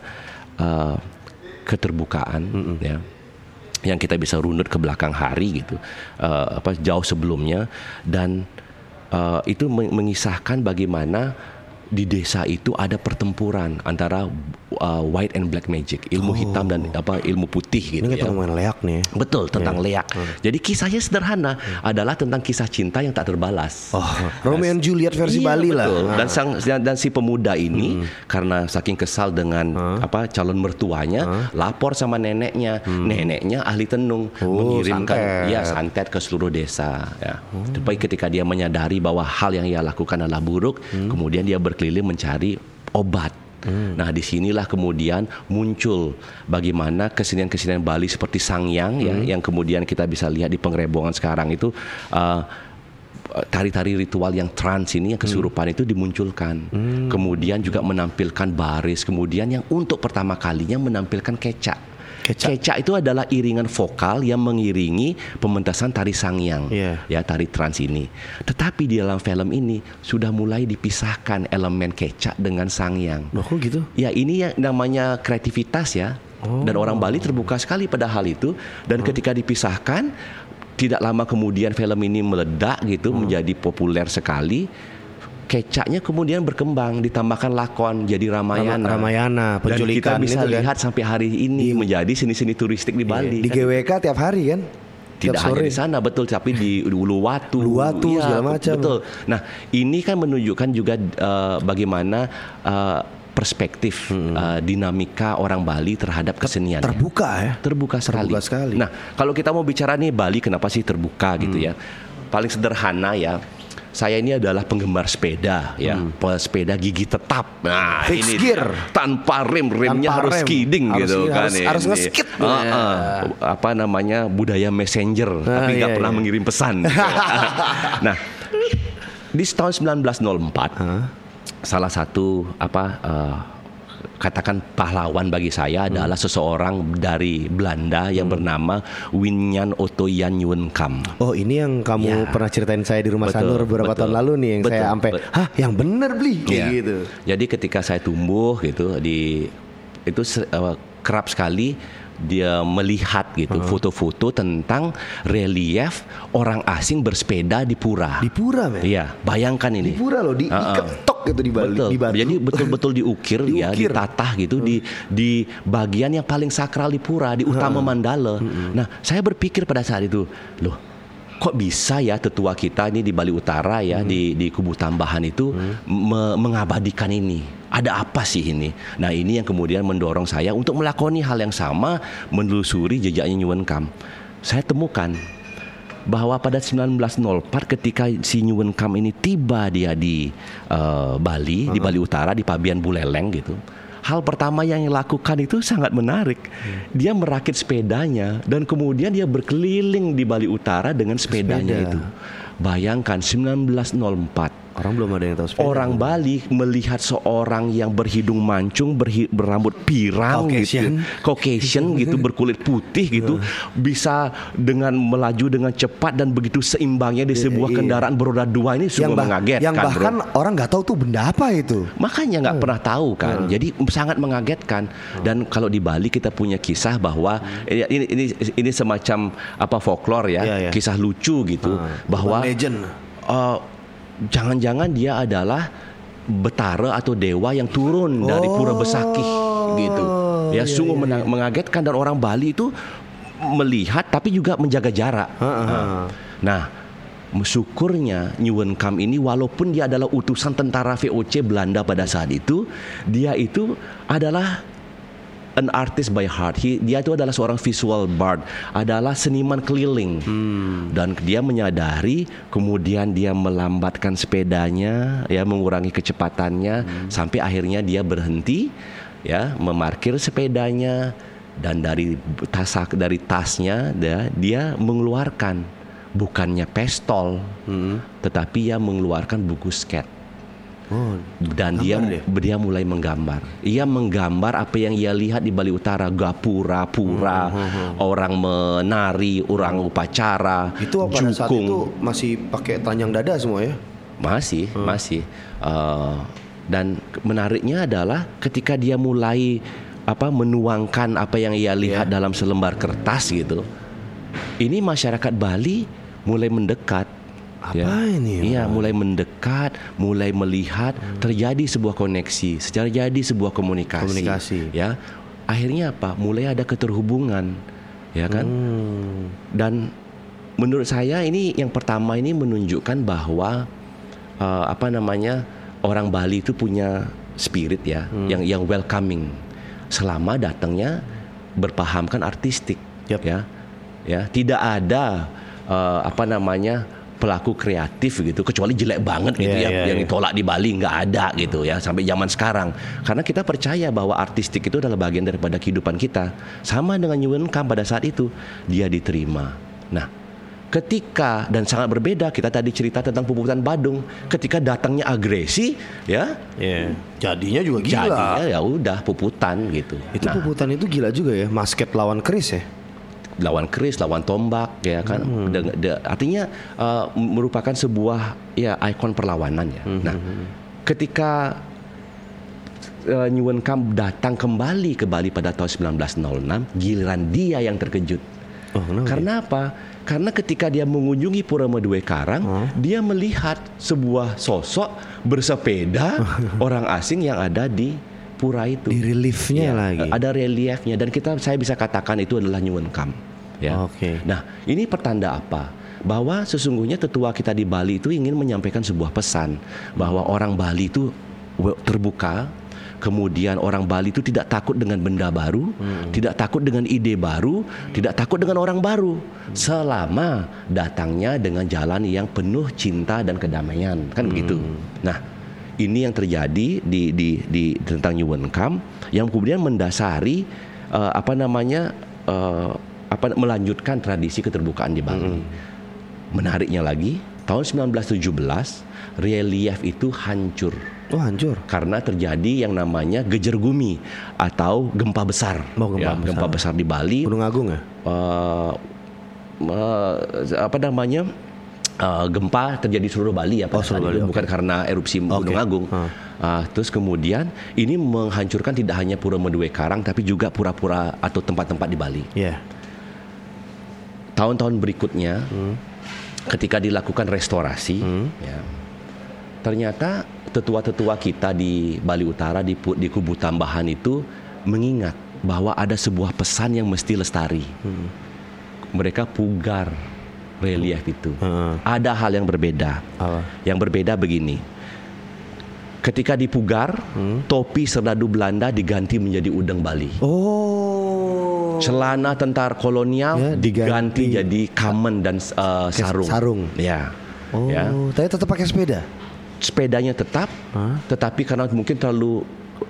keterbukaan ya, yang kita bisa runut ke belakang hari gitu, jauh sebelumnya, dan itu mengisahkan bagaimana di desa itu ada pertempuran antara white and black magic, ilmu hitam dan ilmu putih gitu. Ini ya. Tentang leak nih. Betul, tentang leak. Jadi kisahnya sederhana, adalah tentang kisah cinta yang tak terbalas. Romeo and Juliet versi Bali betul. lah. Dan si pemuda ini karena saking kesal dengan calon mertuanya, lapor sama neneknya. Neneknya ahli tenung, mengirimkan santet ke seluruh desa ya. Supaya ketika dia menyadari bahwa hal yang ia lakukan adalah buruk, kemudian dia berkeliling mencari obat. Nah, disinilah kemudian muncul bagaimana kesenian-kesenian Bali seperti Sangyang ya, yang kemudian kita bisa lihat di Pengrebongan sekarang itu, tari-tari ritual yang trans ini, yang kesurupan itu dimunculkan. Kemudian juga menampilkan baris, kemudian yang untuk pertama kalinya menampilkan kecak. Kecak itu adalah iringan vokal yang mengiringi pementasan tari Sangyang, ya, tari trans ini. Tetapi di dalam film ini sudah mulai dipisahkan elemen kecak dengan Sangyang. Loh, kok gitu? Ya, ini yang namanya kreativitas ya. Dan orang Bali terbuka sekali pada hal itu. Dan ketika dipisahkan, tidak lama kemudian film ini meledak gitu, menjadi populer sekali. Kecaknya kemudian berkembang, ditambahkan lakon jadi Ramayana, penculikan. Dan kita bisa lihat sampai hari ini menjadi seni-seni turistik di Bali. Di GWK tiap hari kan? Tidak hanya di sana, betul, tapi di Uluwatu segala macam. Betul. Nah, ini kan menunjukkan juga bagaimana perspektif dinamika orang Bali terhadap kesenian. Terbuka ya? Terbuka sekali. Nah, kalau kita mau bicara nih Bali kenapa sih terbuka gitu ya? Paling sederhana ya. Saya ini adalah penggemar sepeda ya, sepeda gigi tetap. Nah, fix ini gear tanpa remnya harus skidding gitu kan. Harus nge-skid. Apa namanya, budaya messenger, tapi nggak pernah mengirim pesan. Nah, di tahun 1904 salah satu katakan pahlawan bagi saya adalah seseorang dari Belanda yang bernama Winyan Otto Jan Nieuwenkamp. Oh, ini yang kamu pernah ceritain saya di rumah Sanur beberapa tahun lalu nih, yang saya sampai yang bener beli gitu. Jadi ketika saya tumbuh gitu itu kerap sekali dia melihat gitu foto-foto tentang relief orang asing bersepeda di pura. Di pura, men? Iya, bayangkan ini. Di pura loh, diketok gitu di Bali. Betul. Di batu. Jadi betul-betul diukir ya, ditatah gitu di bagian yang paling sakral di pura, di utama Mandala. Nah, saya berpikir pada saat itu, loh, kok bisa ya tetua kita ini di Bali Utara ya, di Kubu Tambahan itu mengabadikan ini. Ada apa sih ini? Nah, ini yang kemudian mendorong saya untuk melakoni hal yang sama, menelusuri jejaknya Nieuwenkamp. Saya temukan bahwa pada 1904 ketika si Nieuwenkamp ini tiba dia di Bali, di Bali Utara, di Pabian Buleleng gitu. Hal pertama yang dilakukan itu sangat menarik. Dia merakit sepedanya dan kemudian dia berkeliling di Bali Utara dengan sepedanya itu. Bayangkan 1904. Orang belum ada yang tahu sepeda. Orang Bali melihat seorang yang berhidung mancung, berambut pirang gitu, Caucasian gitu, berkulit putih gitu, bisa dengan melaju dengan cepat dan begitu seimbangnya di sebuah kendaraan beroda dua, ini sungguh mengagetkan. Yang bahkan orang nggak tahu tuh benda apa itu. Makanya nggak pernah tahu kan. Jadi sangat mengagetkan. Dan kalau di Bali kita punya kisah bahwa ini semacam folklore ya, kisah lucu gitu, bahwa legend. Jangan-jangan dia adalah betara atau dewa yang turun dari Pura Besakih gitu. Ya, sungguh mengagetkan, dan orang Bali itu melihat tapi juga menjaga jarak. Nah, syukurnya Nieuwenkamp ini walaupun dia adalah utusan tentara VOC Belanda pada saat itu, dia itu adalah an artist by heart. Dia itu adalah seorang visual bard, adalah seniman keliling. Dan dia menyadari, kemudian dia melambatkan sepedanya, ya, mengurangi kecepatannya, sampai akhirnya dia berhenti, ya, memarkir sepedanya, dan dari tasnya dia mengeluarkan bukannya pistol, tetapi dia mengeluarkan buku sketch. Dan dia mulai menggambar. Ia menggambar apa yang ia lihat di Bali Utara, gapura-pura, orang menari, orang upacara, itu pada saat itu masih pakai telanjang dada semua ya? Masih. Dan menariknya adalah ketika dia mulai menuangkan apa yang ia lihat dalam selembar kertas gitu. Ini masyarakat Bali mulai mendekat. Apa ini? Iya, mulai mendekat, mulai melihat terjadi sebuah koneksi, terjadi sebuah komunikasi. Ya. Akhirnya apa? Mulai ada keterhubungan, ya kan? Dan menurut saya ini yang pertama ini menunjukkan bahwa orang Bali itu punya spirit ya, yang welcoming. Selama datangnya berpahamkan artistik, ya, tidak ada pelaku kreatif gitu, kecuali jelek banget gitu yang ditolak di Bali, nggak ada gitu ya sampai zaman sekarang. Karena kita percaya bahwa artistik itu adalah bagian daripada kehidupan kita. Sama dengan Nyuwen Kam pada saat itu dia diterima. Nah. Ketika dan sangat berbeda, kita tadi cerita tentang Puputan Badung. Ketika datangnya agresi, jadinya juga gila. Jadinya ya udah Puputan gitu. Itu Puputan itu gila juga ya, Masket lawan keris ya. Lawan keris, lawan tombak, ya kan. Artinya merupakan sebuah ikon perlawanan ya. Nah, ketika Nyuwen Kam datang kembali ke Bali pada tahun 1906, giliran dia yang terkejut. Karena apa? Karena ketika dia mengunjungi Pura Meduwe Karang, dia melihat sebuah sosok bersepeda orang asing yang ada di pura itu. Di reliefnya lagi. Ada reliefnya dan saya bisa katakan itu adalah Nyuwen Kam. Ya. Nah, ini pertanda apa? Bahwa sesungguhnya tetua kita di Bali itu ingin menyampaikan sebuah pesan bahwa orang Bali itu terbuka. Kemudian orang Bali itu tidak takut dengan benda baru, tidak takut dengan ide baru, tidak takut dengan orang baru, selama datangnya dengan jalan yang penuh cinta dan kedamaian, kan begitu. Nah, ini yang terjadi di tentang Nyuwen Kam yang kemudian mendasari melanjutkan tradisi keterbukaan di Bali. Menariknya lagi, tahun 1917 relief itu hancur. Hancur. Karena terjadi yang namanya gejer gumi atau gempa besar. Gempa besar di Bali. Gunung Agung ya? Gempa terjadi di seluruh Bali ya pada saat itu, bukan karena erupsi Gunung Agung. Terus kemudian ini menghancurkan tidak hanya Pura Meduwe Karang tapi juga pura-pura atau tempat-tempat di Bali. Tahun-tahun berikutnya ketika dilakukan restorasi, ternyata tetua-tetua kita di Bali Utara di Kubu Tambahan itu mengingat bahwa ada sebuah pesan yang mesti lestari. Mereka pugar relief itu. Ada hal yang berbeda. Yang berbeda begini. Ketika dipugar, topi serdadu Belanda diganti menjadi udeng Bali. Celana tentara kolonial diganti jadi kamen dan sarung. Tapi tetap pakai sepeda. Sepedanya tetap, tetapi karena mungkin terlalu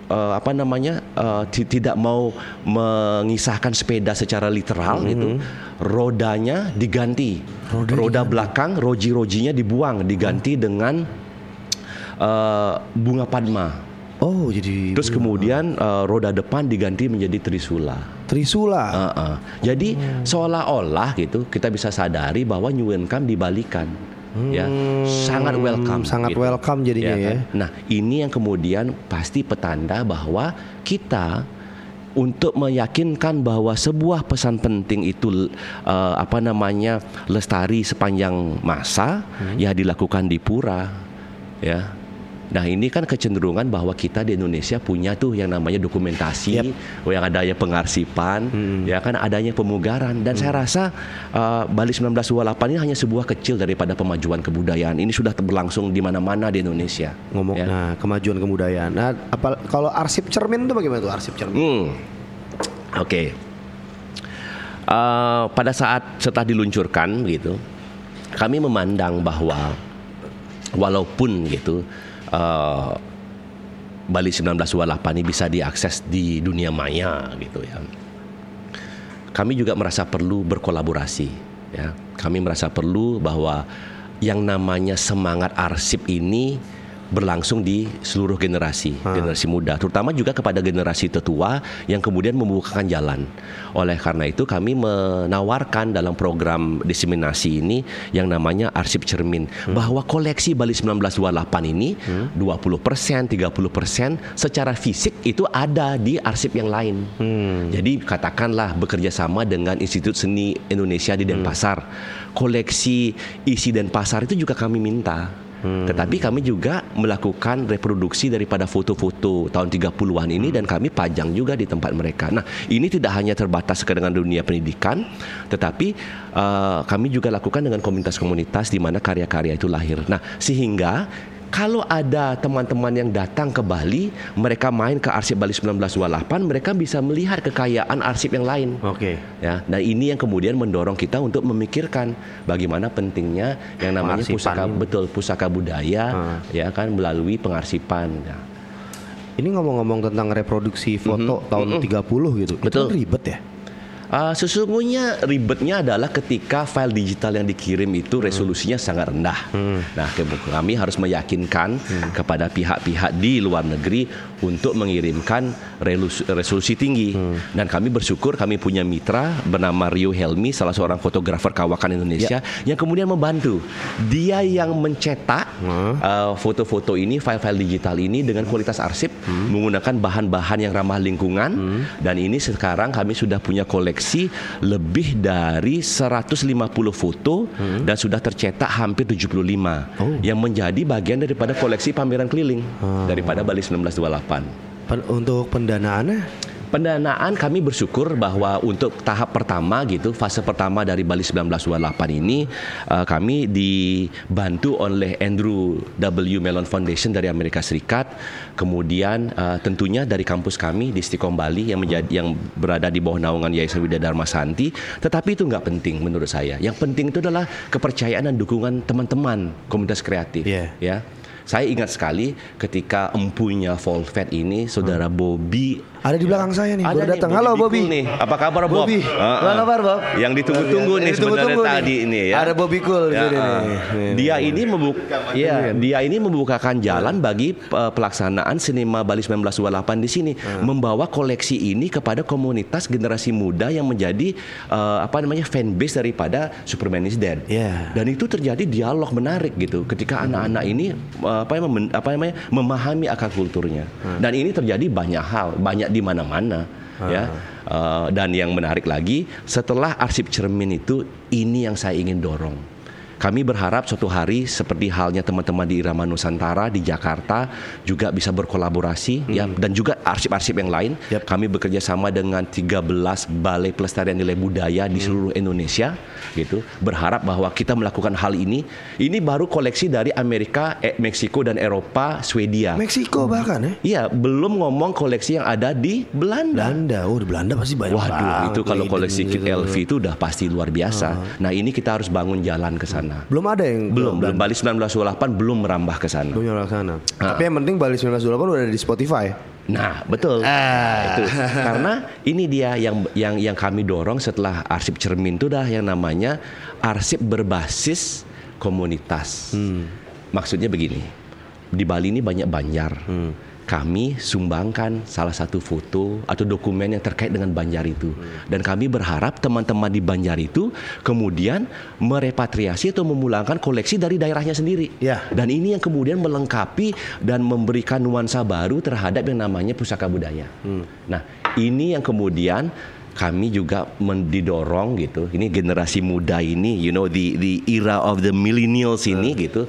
tidak mau mengisahkan sepeda secara literal gitu, rodanya diganti, roda belakang roji-rojinya dibuang, diganti dengan bunga padma. Jadi terus kemudian roda depan diganti menjadi trisula. Jadi seolah-olah gitu kita bisa sadari bahwa Nyuwen Kam dibalikan. Sangat welcome jadinya ya. Nah, ini yang kemudian pasti petanda bahwa kita untuk meyakinkan bahwa sebuah pesan penting itu lestari sepanjang masa dilakukan di pura ya. Nah, ini kan kecenderungan bahwa kita di Indonesia punya tuh yang namanya dokumentasi, yang adanya pengarsipan, ya kan adanya pemugaran. Dan saya rasa Bali 1928 ini hanya sebuah kecil daripada pemajuan kebudayaan. Ini sudah berlangsung di mana-mana di Indonesia. Nah, kemajuan kebudayaan. Nah, kalau arsip cermin itu bagaimana tuh arsip cermin? Pada saat setelah diluncurkan gitu, kami memandang bahwa walaupun gitu Bali 1928 ini bisa diakses di dunia maya gitu ya. Kami juga merasa perlu berkolaborasi ya. Kami merasa perlu bahwa yang namanya semangat arsip ini berlangsung di seluruh generasi muda, terutama juga kepada generasi tetua yang kemudian membukakan jalan. Oleh karena itu kami menawarkan dalam program diseminasi ini yang namanya arsip cermin, bahwa koleksi Bali 1928 ini 20%, 30% secara fisik itu ada di arsip yang lain. Jadi katakanlah bekerja sama dengan Institut Seni Indonesia di Denpasar, koleksi isi Denpasar itu juga kami minta. Tetapi kami juga melakukan reproduksi daripada foto-foto tahun 30-an ini dan kami pajang juga di tempat mereka. Nah, ini tidak hanya terbatas dengan dunia pendidikan, tetapi kami juga lakukan dengan komunitas-komunitas di mana karya-karya itu lahir. Nah, sehingga kalau ada teman-teman yang datang ke Bali, mereka main ke arsip Bali 1928, mereka bisa melihat kekayaan arsip yang lain. Oke. Ya, nah ini yang kemudian mendorong kita untuk memikirkan bagaimana pentingnya yang namanya pusaka budaya, ya kan, melalui pengarsipan. Ya. Ini ngomong-ngomong tentang reproduksi foto tahun 30 gitu. Betul. Itu ribet ya? Sesungguhnya ribetnya adalah ketika file digital yang dikirim itu resolusinya sangat rendah. Nah, kami harus meyakinkan kepada pihak-pihak di luar negeri untuk mengirimkan resolusi tinggi. Dan kami bersyukur kami punya mitra bernama Rio Helmi, salah seorang fotografer kawakan Indonesia yang kemudian membantu. Dia yang mencetak foto-foto ini, file-file digital ini dengan kualitas arsip menggunakan bahan-bahan yang ramah lingkungan. Dan ini sekarang kami sudah punya koleksi lebih dari 150 foto dan sudah tercetak hampir 75 yang menjadi bagian daripada koleksi pameran keliling daripada Bali 1928. Untuk pendanaannya? Pendanaan kami bersyukur bahwa untuk tahap pertama gitu, fase pertama dari Bali 1928 ini kami dibantu oleh Andrew W. Mellon Foundation dari Amerika Serikat, kemudian tentunya dari kampus kami di Stikom Bali yang berada di bawah naungan Yayasan Widya Dharma Santi. Tetapi itu nggak penting menurut saya. Yang penting itu adalah kepercayaan dan dukungan teman-teman komunitas kreatif. Ya. Saya ingat sekali ketika empunya Volvet ini, saudara Bobby ada di belakang saya nih, baru datang. Halo Bobby. Nih. Apa kabar Bob? Bobby. Apa kabar Bob? Yang ditunggu-tunggu nih sebenarnya tadi ini ya. Ada Bobby Cool di sini. Dia ini membukakan jalan bagi pelaksanaan Sinema Bali 1928 di sini, membawa koleksi ini kepada komunitas generasi muda yang menjadi fanbase daripada Superman is Dead. Dan itu terjadi dialog menarik gitu ketika anak-anak ini memahami akar kulturnya. Dan ini terjadi banyak di mana-mana ya. Dan yang menarik lagi, setelah arsip cermin itu, ini yang saya ingin dorong. Kami berharap suatu hari seperti halnya teman-teman di Irama Nusantara di Jakarta juga bisa berkolaborasi ya, dan juga arsip-arsip yang lain. Kami bekerja sama dengan 13 balai pelestarian nilai budaya di seluruh Indonesia gitu. Berharap bahwa kita melakukan hal ini. Ini baru koleksi dari Amerika, Meksiko dan Eropa, Swedia. Meksiko bahkan ya? Iya, belum ngomong koleksi yang ada di Belanda. Di Belanda pasti banyak. Waduh, itu kalau koleksi Kit LV itu udah pasti luar biasa. Nah, ini kita harus bangun jalan ke sana. Belum ada yang belum Bali 1928 belum merambah ke sana. Tapi yang penting Bali 1928 udah ada di Spotify. Nah, betul. Itu karena ini dia yang kami dorong setelah arsip cermin itu dah yang namanya arsip berbasis komunitas. Maksudnya begini. Di Bali ini banyak banjar. Kami sumbangkan salah satu foto atau dokumen yang terkait dengan Banjar itu. Dan kami berharap teman-teman di Banjar itu kemudian merepatriasi atau memulangkan koleksi dari daerahnya sendiri. Dan ini yang kemudian melengkapi dan memberikan nuansa baru terhadap yang namanya pusaka budaya. Nah, ini yang kemudian kami juga didorong gitu. Ini generasi muda ini, the era of the millennials ini gitu.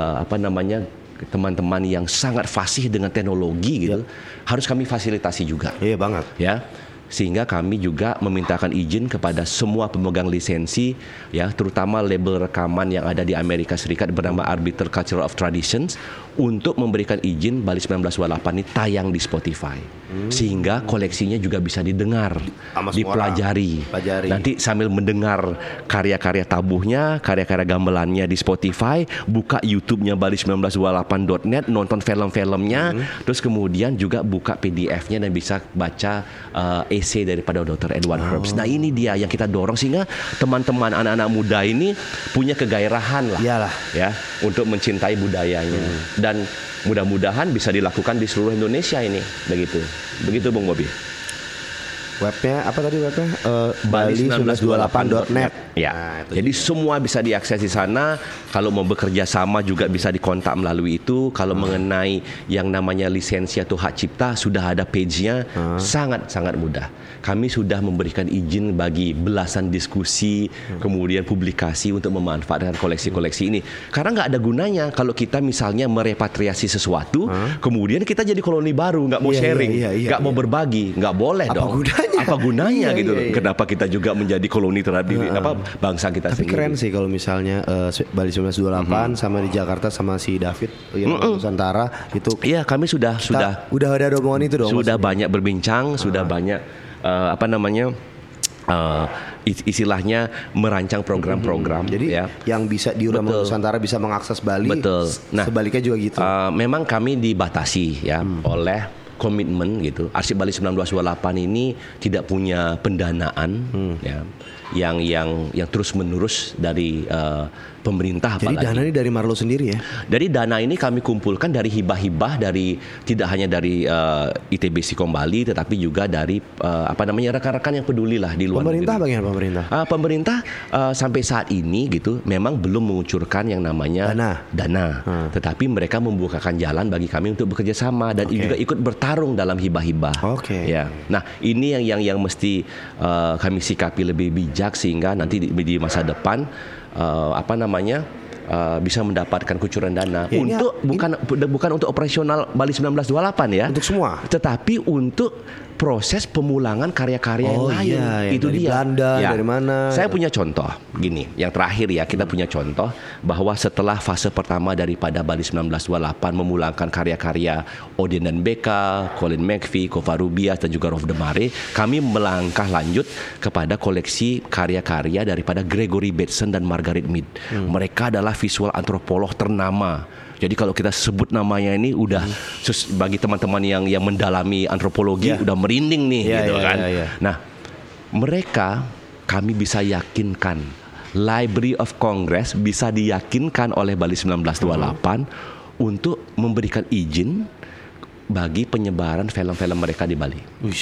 Teman-teman yang sangat fasih dengan teknologi gitu, harus kami fasilitasi juga. Iya banget. Ya. Sehingga kami juga memintakan izin kepada semua pemegang lisensi ya, terutama label rekaman yang ada di Amerika Serikat bernama Arbiter Culture of Traditions untuk memberikan izin Bali 1928 ini tayang di Spotify. Sehingga koleksinya juga bisa didengar, dipelajari. Nanti sambil mendengar karya-karya tabuhnya, karya-karya gamelannya di Spotify, buka YouTube-nya bali1928.net, nonton film-filmnya, terus kemudian juga buka PDF-nya dan bisa baca essay daripada Dr. Edward Herbst. Nah, ini dia yang kita dorong sehingga teman-teman anak-anak muda ini punya kegairahan lah. Iyalah. Ya, untuk mencintai budayanya. Dan mudah-mudahan bisa dilakukan di seluruh Indonesia ini, begitu Bung Bobi. Webnya apa tadi webnya? Bali1928.net. Ya. Nah, jadi semua bisa diakses di sana. Kalau mau bekerja sama juga bisa dikontak melalui itu. Kalau mengenai yang namanya lisensi atau hak cipta sudah ada page-nya. Sangat mudah. Kami sudah memberikan izin bagi belasan diskusi, kemudian publikasi untuk memanfaatkan koleksi-koleksi ini. Karena nggak ada gunanya kalau kita misalnya merepatriasi sesuatu, kemudian kita jadi koloni baru, nggak mau sharing, nggak mau berbagi, nggak boleh dong. Apa gunanya gitu? Kenapa kita juga menjadi koloni terhadap diri bangsa kita Tapi sendiri? keren sih kalau misalnya Bali 1928 sama di Jakarta sama si David Nusantara itu. Iya, kami sudah ada omongan itu dong. Sudah banyak berbincang, sudah banyak istilahnya merancang program-program. Jadi yang bisa di Urama Nusantara bisa mengakses Bali. Betul. Nah, sebaliknya juga gitu. Memang kami dibatasi oleh komitmen gitu. Arsip Bali 1928 ini tidak punya pendanaan yang terus-menerus dari pemerintah. Jadi dana ini dari Marlo sendiri ya? Dari dana ini kami kumpulkan dari hibah-hibah dari tidak hanya dari ITB Sikom Bali, tetapi juga dari rekan-rekan yang peduli lah di luar pemerintah negeri. Bagaimana pemerintah? Pemerintah sampai saat ini gitu memang belum mengucurkan yang namanya dana. Tetapi mereka membukakan jalan bagi kami untuk bekerja sama dan juga ikut bertarung dalam hibah-hibah. Ya. Nah, ini yang mesti kami sikapi lebih bijak sehingga nanti di masa depan bisa mendapatkan kucuran dana untuk bukan untuk operasional Bali 1928 ya. Untuk semua. Tetapi untuk proses pemulangan karya-karya yang lain. Itu dari dia. Belanda, dari mana? Saya punya contoh gini, yang terakhir ya, kita punya contoh bahwa setelah fase pertama daripada Bali 1928 memulangkan karya-karya Odin dan Beka, Colin McVie, Kova Rubias dan juga Rolf de Mare, kami melangkah lanjut kepada koleksi karya-karya daripada Gregory Bateson dan Margaret Mead. Mereka adalah visual antropolog ternama. Jadi kalau kita sebut namanya ini udah bagi teman-teman yang mendalami antropologi udah merinding nih kan. Nah, mereka kami bisa yakinkan Library of Congress bisa diyakinkan oleh Bali 1928 untuk memberikan izin bagi penyebaran film-film mereka di Bali.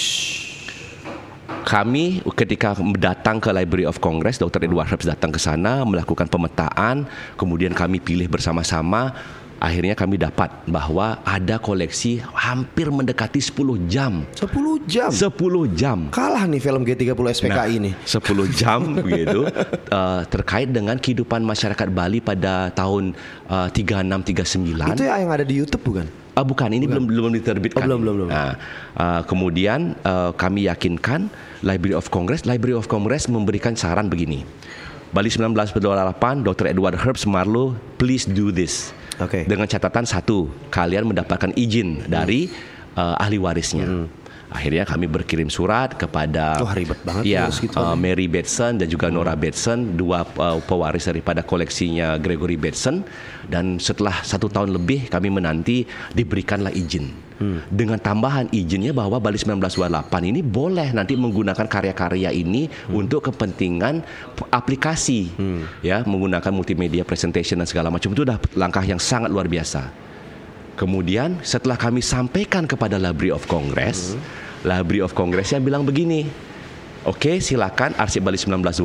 Kami ketika datang ke Library of Congress, Dr. Edward Herbst datang ke sana melakukan pemetaan, kemudian kami pilih bersama-sama. Akhirnya kami dapat bahwa ada koleksi hampir mendekati 10 jam. 10 jam? 10 jam. Kalah nih film G30 SPKI ini. 10 jam gitu terkait dengan kehidupan masyarakat Bali pada tahun 36-39. Itu yang ada di YouTube bukan? Bukan, ini belum diterbitkan. Belum. Kemudian kami yakinkan Library of Congress memberikan saran begini. Bali 1928, Dr. Edward Herbst, Marlo, please do this. Dengan catatan satu, kalian mendapatkan izin dari ahli warisnya. Akhirnya kami berkirim surat kepada ribet banget Mary Bateson dan juga Nora Bateson, dua pewaris daripada koleksinya Gregory Bateson. Dan setelah 1 tahun lebih kami menanti diberikanlah izin. Dengan tambahan izinnya bahwa Bali 1928 ini boleh nanti menggunakan karya-karya ini untuk kepentingan aplikasi, menggunakan multimedia presentation dan segala macam. Itu udah langkah yang sangat luar biasa. Kemudian setelah kami sampaikan kepada Library of Congress, Library of Congress yang bilang begini, oke, silakan arsip Bali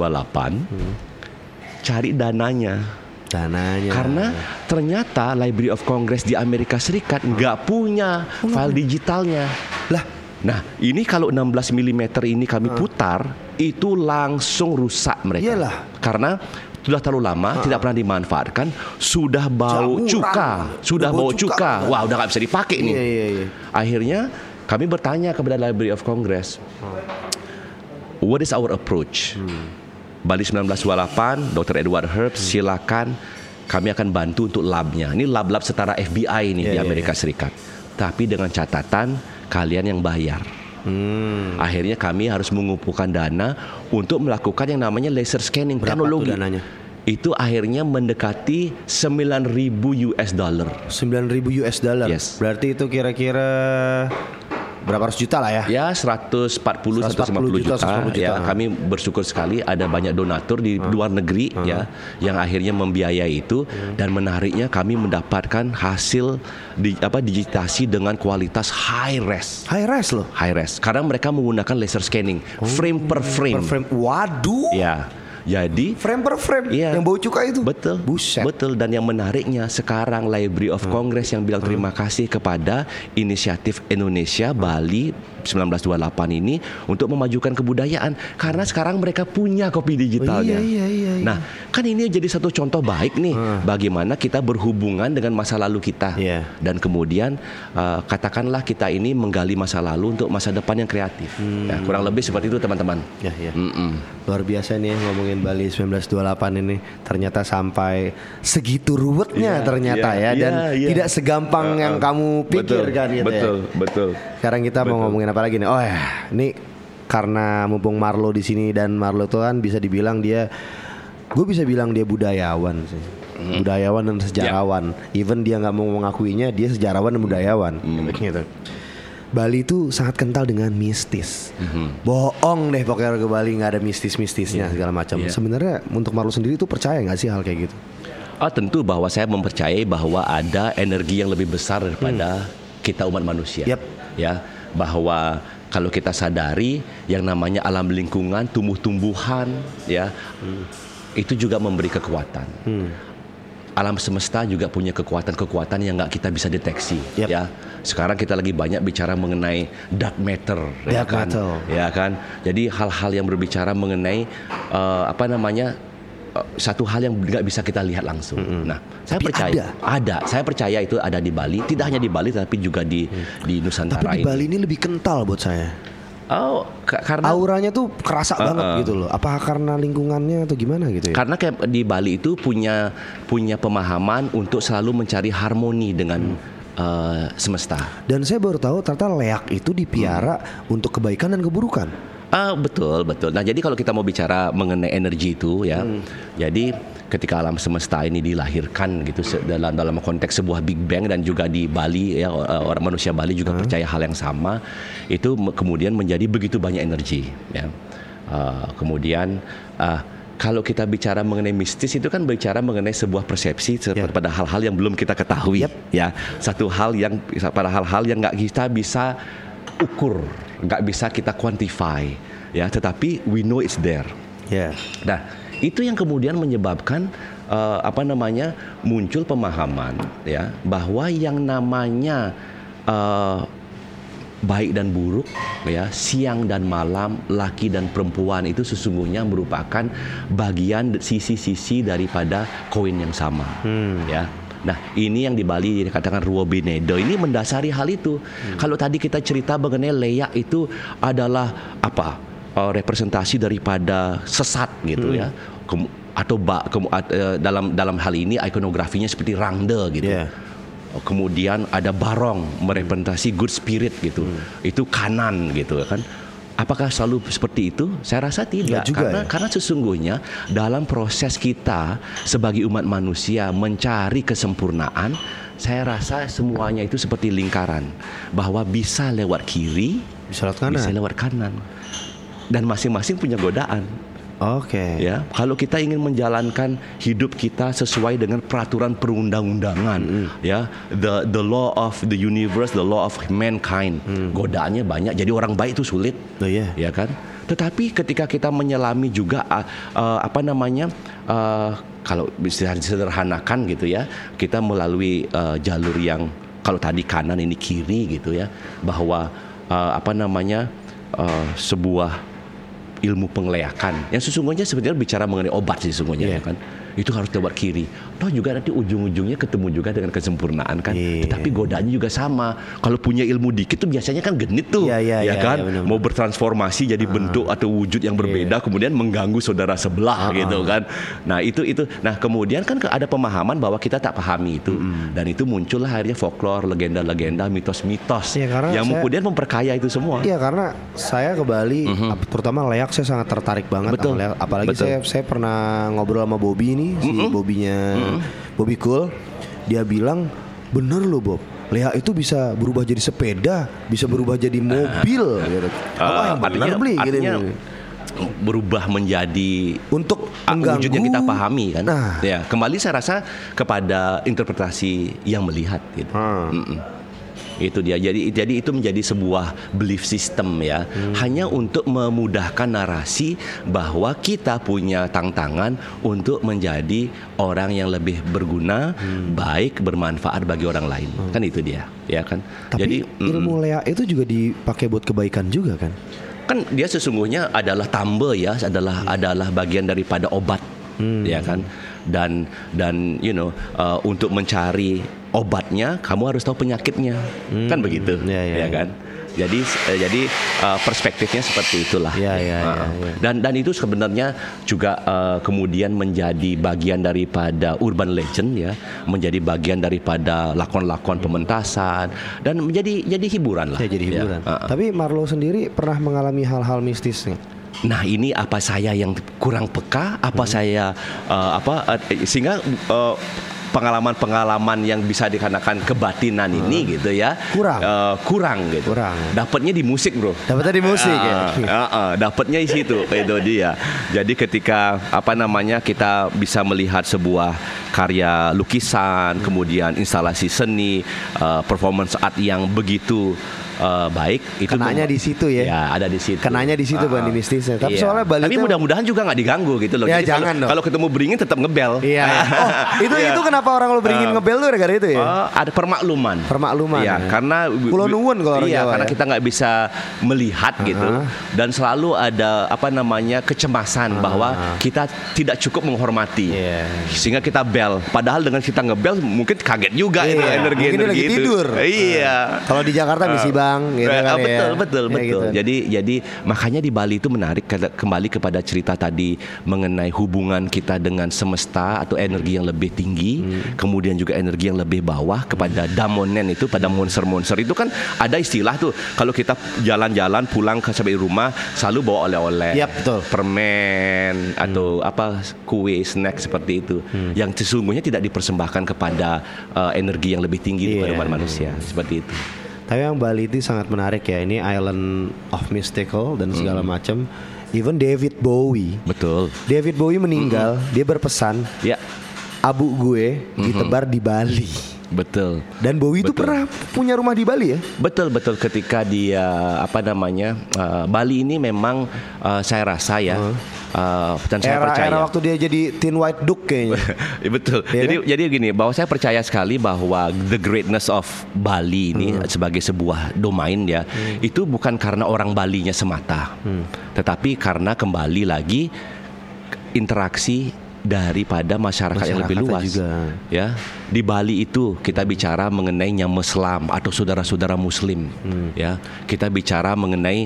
1928 cari dananya. Karena ternyata Library of Congress di Amerika Serikat nggak punya file digitalnya. Nah, ini kalau 16 mm ini kami putar, itu langsung rusak mereka. Karena sudah terlalu lama, tidak pernah dimanfaatkan, sudah bau cuka. Wah, udah nggak bisa dipakai nih. Akhirnya kami bertanya kepada Library of Congress, what is our approach? Bali 1928, Dr. Edward Herbst, silakan kami akan bantu untuk labnya. Ini lab-lab setara FBI ini di Amerika Serikat. Tapi dengan catatan kalian yang bayar. Akhirnya kami harus mengumpulkan dana untuk melakukan yang namanya laser scanning. Berapa teknologi. Tuh dananya? Itu akhirnya mendekati $9,000. $9,000. Yes. Berarti itu kira-kira berapa ratus juta lah ya. Ya 140 150 juta. Ya, kami bersyukur sekali ada banyak donatur di luar negeri ya yang akhirnya membiayai itu dan menariknya kami mendapatkan hasil digitasi dengan kualitas high res. High res loh. High res. Karena mereka menggunakan laser scanning frame per frame. Waduh. Ya. Jadi frame per frame yang bau cuka itu. Betul. Buset. Betul. Dan yang menariknya sekarang Library of Congress yang bilang terima kasih kepada inisiatif Indonesia Bali 1928 ini untuk memajukan kebudayaan karena sekarang mereka punya kopi digitalnya. Iya. Nah, kan ini jadi satu contoh baik nih bagaimana kita berhubungan dengan masa lalu kita. Dan kemudian katakanlah kita ini menggali masa lalu untuk masa depan yang kreatif. Ya, kurang lebih seperti itu teman-teman. Ya. Luar biasa nih ngomongin Bali 1928 ini. Ternyata sampai segitu ruwetnya ternyata dan tidak segampang yang kamu pikirkan gitu. Betul. Sekarang kita mau ngomongin apa lagi nih? Oh ya, ini karena mumpung Marlo di sini dan Marlo tuh kan bisa dibilang gue bisa bilang dia budayawan sih. Budayawan dan sejarawan. Even dia nggak mau mengakuinya, dia sejarawan dan budayawan. Gitu. Bali itu sangat kental dengan mistis. Bohong deh pokoknya ke Bali nggak ada mistisnya segala macam. Sebenarnya untuk Marlo sendiri itu percaya nggak sih hal kayak gitu? Tentu bahwa saya mempercayai bahwa ada energi yang lebih besar daripada kita umat manusia. Ya, bahwa kalau kita sadari yang namanya alam lingkungan, tumbuh-tumbuhan, ya, itu juga memberi kekuatan. Alam semesta juga punya kekuatan Ya. yang nggak kita bisa deteksi. Ya, sekarang kita lagi banyak bicara mengenai dark matter, ya kan. Jadi hal-hal yang berbicara mengenai satu hal yang nggak bisa kita lihat langsung. Nah, saya percaya saya percaya itu ada di Bali, tidak hanya di Bali tapi juga di Nusantara. Tapi di Bali ini lebih kental buat saya. Karena auranya tuh kerasa banget gitu loh. Apa karena lingkungannya atau gimana gitu ya? Karena kayak di Bali itu punya pemahaman untuk selalu mencari harmoni dengan semesta. Dan saya baru tahu ternyata leak itu dipiara untuk kebaikan dan keburukan. Betul. Nah, jadi kalau kita mau bicara mengenai energi itu ya, jadi ketika alam semesta ini dilahirkan gitu dalam konteks sebuah Big Bang dan juga di Bali ya, orang manusia Bali juga percaya hal yang sama, itu kemudian menjadi begitu banyak energi ya. Kemudian kalau kita bicara mengenai mistis itu kan bicara mengenai sebuah persepsi pada hal-hal yang belum kita ketahui ya. Satu hal yang pada hal-hal yang nggak kita bisa ukur, nggak bisa kita quantify ya, tetapi we know it's there. Nah, itu yang kemudian menyebabkan muncul pemahaman ya bahwa yang namanya baik dan buruk ya, siang dan malam, laki dan perempuan itu sesungguhnya merupakan bagian sisi-sisi daripada koin yang sama ya. Nah, ini yang di Bali dikatakan Ruo Binedo ini mendasari hal itu. Kalau tadi kita cerita mengenai leak itu adalah representasi daripada sesat gitu ya. Atau dalam hal ini ikonografinya seperti rangde gitu. Kemudian ada barong merepresentasi good spirit gitu. Itu kanan gitu kan. Apakah selalu seperti itu? Saya rasa tidak. Karena sesungguhnya dalam proses kita sebagai umat manusia mencari kesempurnaan, saya rasa semuanya itu seperti lingkaran, bahwa bisa lewat kiri, bisa lewat kanan, dan masing-masing punya godaan. Ya, kalau kita ingin menjalankan hidup kita sesuai dengan peraturan perundang-undangan, ya, the law of the universe, the law of mankind, godaannya banyak. Jadi orang baik itu sulit, ya kan? Tetapi ketika kita menyelami juga kalau bisa disederhanakan gitu ya, kita melalui jalur yang kalau tadi kanan ini kiri gitu ya, bahwa sebuah ilmu pengleakan yang sesungguhnya sebenarnya bicara mengenai obat sih sesungguhnya ya kan, itu harus lewat kiri. Toh juga nanti ujung-ujungnya ketemu juga dengan kesempurnaan kan. Tetapi godaannya juga sama. Kalau punya ilmu dikit tuh biasanya kan genit tuh, ya kan. Bener-bener. Mau bertransformasi jadi bentuk atau wujud yang berbeda, kemudian mengganggu saudara sebelah gitu kan. Nah itu. Nah kemudian kan ada pemahaman bahwa kita tak pahami itu, dan itu muncullah akhirnya folklore, legenda-legenda, mitos-mitos yang kemudian memperkaya itu semua. Iya, karena saya ke Bali, terutama leak saya sangat tertarik banget. Apalagi saya pernah ngobrol sama Bobby nih, si Bobby Cool. Dia bilang, bener loh Bob, Lea itu bisa berubah jadi sepeda, bisa berubah jadi mobil gitu. Yang benar beli artinya gini. berubah menjadi Untuk wujud yang kita pahami kan. Nah. Ya, kembali saya rasa kepada interpretasi yang melihat gitu. Itu dia. Jadi itu menjadi sebuah belief system ya. Hanya untuk memudahkan narasi bahwa kita punya tantangan untuk menjadi orang yang lebih berguna, baik, bermanfaat bagi orang lain. Kan itu dia, ya kan. Tapi Jadi ilmu Lea itu juga dipakai buat kebaikan juga kan? kan dia sesungguhnya adalah tumble ya, adalah bagian daripada obat, ya kan. Dan untuk mencari obatnya kamu harus tahu penyakitnya, kan begitu, ya kan. Jadi perspektifnya seperti itulah. Dan itu sebenarnya juga kemudian menjadi bagian daripada urban legend ya, menjadi bagian daripada lakon-lakon pementasan dan jadi hiburan lah. Jadi hiburan. Ya. Tapi Marlo sendiri pernah mengalami hal-hal mistis nggak? Nah ini apa saya yang kurang peka, apa saya sehingga pengalaman-pengalaman yang bisa dikatakan kebatinan ini gitu ya kurang gitu. Dapatnya di musik bro. Dapatnya di musik ya. Dapatnya di situ itu dia. Jadi ketika kita bisa melihat sebuah karya lukisan, kemudian instalasi seni, performance art yang begitu baik, itu kenanya di situ ya. Ya ada di situ. Kenanya di situ bukan di mistisnya. Tapi soalnya Bali tapi mudah-mudahan juga nggak diganggu gitu loh. Ya, jadi jangan dong. Kalau ketemu beringin tetap ngebel. Iya. Itu kenapa orang lo beringin ngebel tuh gara-gara itu ya? Ada permakluman. Ya. Iya, karena Pulau Nuwun kalau orang Jawa. Karena kita nggak bisa melihat gitu, dan selalu ada kecemasan bahwa kita tidak cukup menghormati, sehingga kita bel. Padahal dengan kita ngebel mungkin kaget juga itu energi lagi itu. tidur. Iya. Kalau di Jakarta misi bang. Gitu kan betul. Gitu. Jadi makanya di Bali itu menarik kembali kepada cerita tadi mengenai hubungan kita dengan semesta atau energi yang lebih tinggi, kemudian juga energi yang lebih bawah kepada damonen itu, pada monster-monster itu kan ada istilah tuh kalau kita jalan-jalan pulang ke sampai rumah selalu bawa oleh-oleh, betul. Permen atau kue snack seperti itu, yang sesungguhnya tidak dipersembahkan kepada energi yang lebih tinggi daripada manusia seperti itu. Tapi yang Bali itu sangat menarik ya. Ini island of mystical dan segala macam. Even David Bowie. Betul. David Bowie meninggal, dia berpesan, abu gue ditebar di Bali. Betul. Dan Bowie itu pernah punya rumah di Bali ya? Betul. Ketika dia Bali ini memang saya rasa ya. Dan saya percaya. Era waktu dia jadi Thin White Duke kayaknya. Betul. Jadi gini, bahwa saya percaya sekali bahwa the greatness of Bali ini sebagai sebuah domain ya, itu bukan karena orang Balinya semata, tetapi karena kembali lagi interaksi daripada masyarakat yang lebih luas juga. Ya, di Bali itu kita bicara mengenai Nyama Selam atau saudara-saudara Muslim, ya. Kita bicara mengenai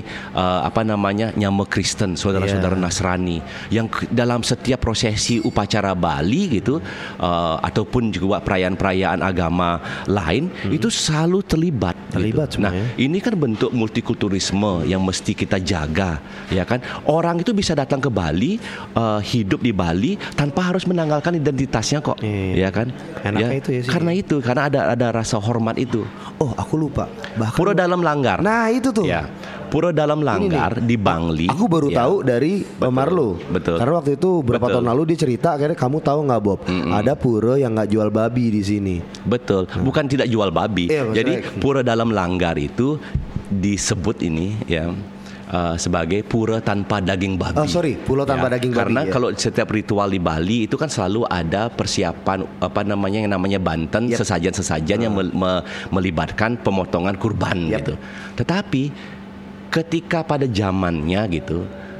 Nyama Kristen, saudara-saudara Nasrani yang dalam setiap prosesi upacara Bali gitu, ataupun juga perayaan-perayaan agama lain itu selalu terlibat gitu. Nah, ini kan bentuk multikulturisme yang mesti kita jaga, ya kan? Orang itu bisa datang ke Bali, hidup di Bali tanpa harus menanggalkan identitasnya kok, ya kan? Enaknya itu ya sih. Karena ada rasa hormat itu. Oh, aku lupa. Bahkan Pura Dalam Langgar. Nah, itu tuh. Ya. Pura Dalam Langgar di Bangli. Aku baru tahu dari Marlo. Betul. Karena waktu itu berapa tahun lalu dia cerita, akhirnya kamu tahu nggak Bob? Ada pura yang nggak jual babi di sini. Betul. Bukan tidak jual babi. Jadi Pura Dalam Langgar itu disebut ini ya. Sebagai pura tanpa daging babi. Pura tanpa daging babi. Karena kalau setiap ritual di Bali itu kan selalu ada persiapan yang namanya banten, sesajen-sesajen yang melibatkan pemotongan kurban gitu. Tetapi ketika pada zamannya gitu,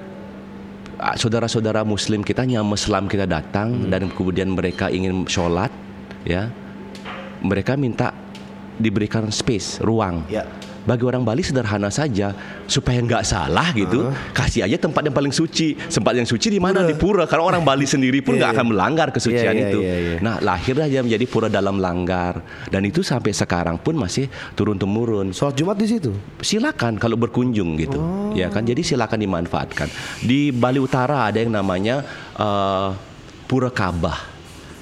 saudara-saudara Muslim kita, Nyama Selam kita datang dan kemudian mereka ingin sholat, ya, mereka minta diberikan space, ruang. Bagi orang Bali sederhana saja, supaya nggak salah gitu, kasih aja tempat yang paling suci. Tempat yang suci di mana? Di pura. Karena orang Bali sendiri pun nggak akan melanggar kesucian itu. Nah, lahirlah dia menjadi Pura Dalam Langgar, dan itu sampai sekarang pun masih turun temurun. Sholat Jumat di situ. Silakan kalau berkunjung gitu, ya kan. Jadi silakan dimanfaatkan. Di Bali Utara ada yang namanya Pura Kabah.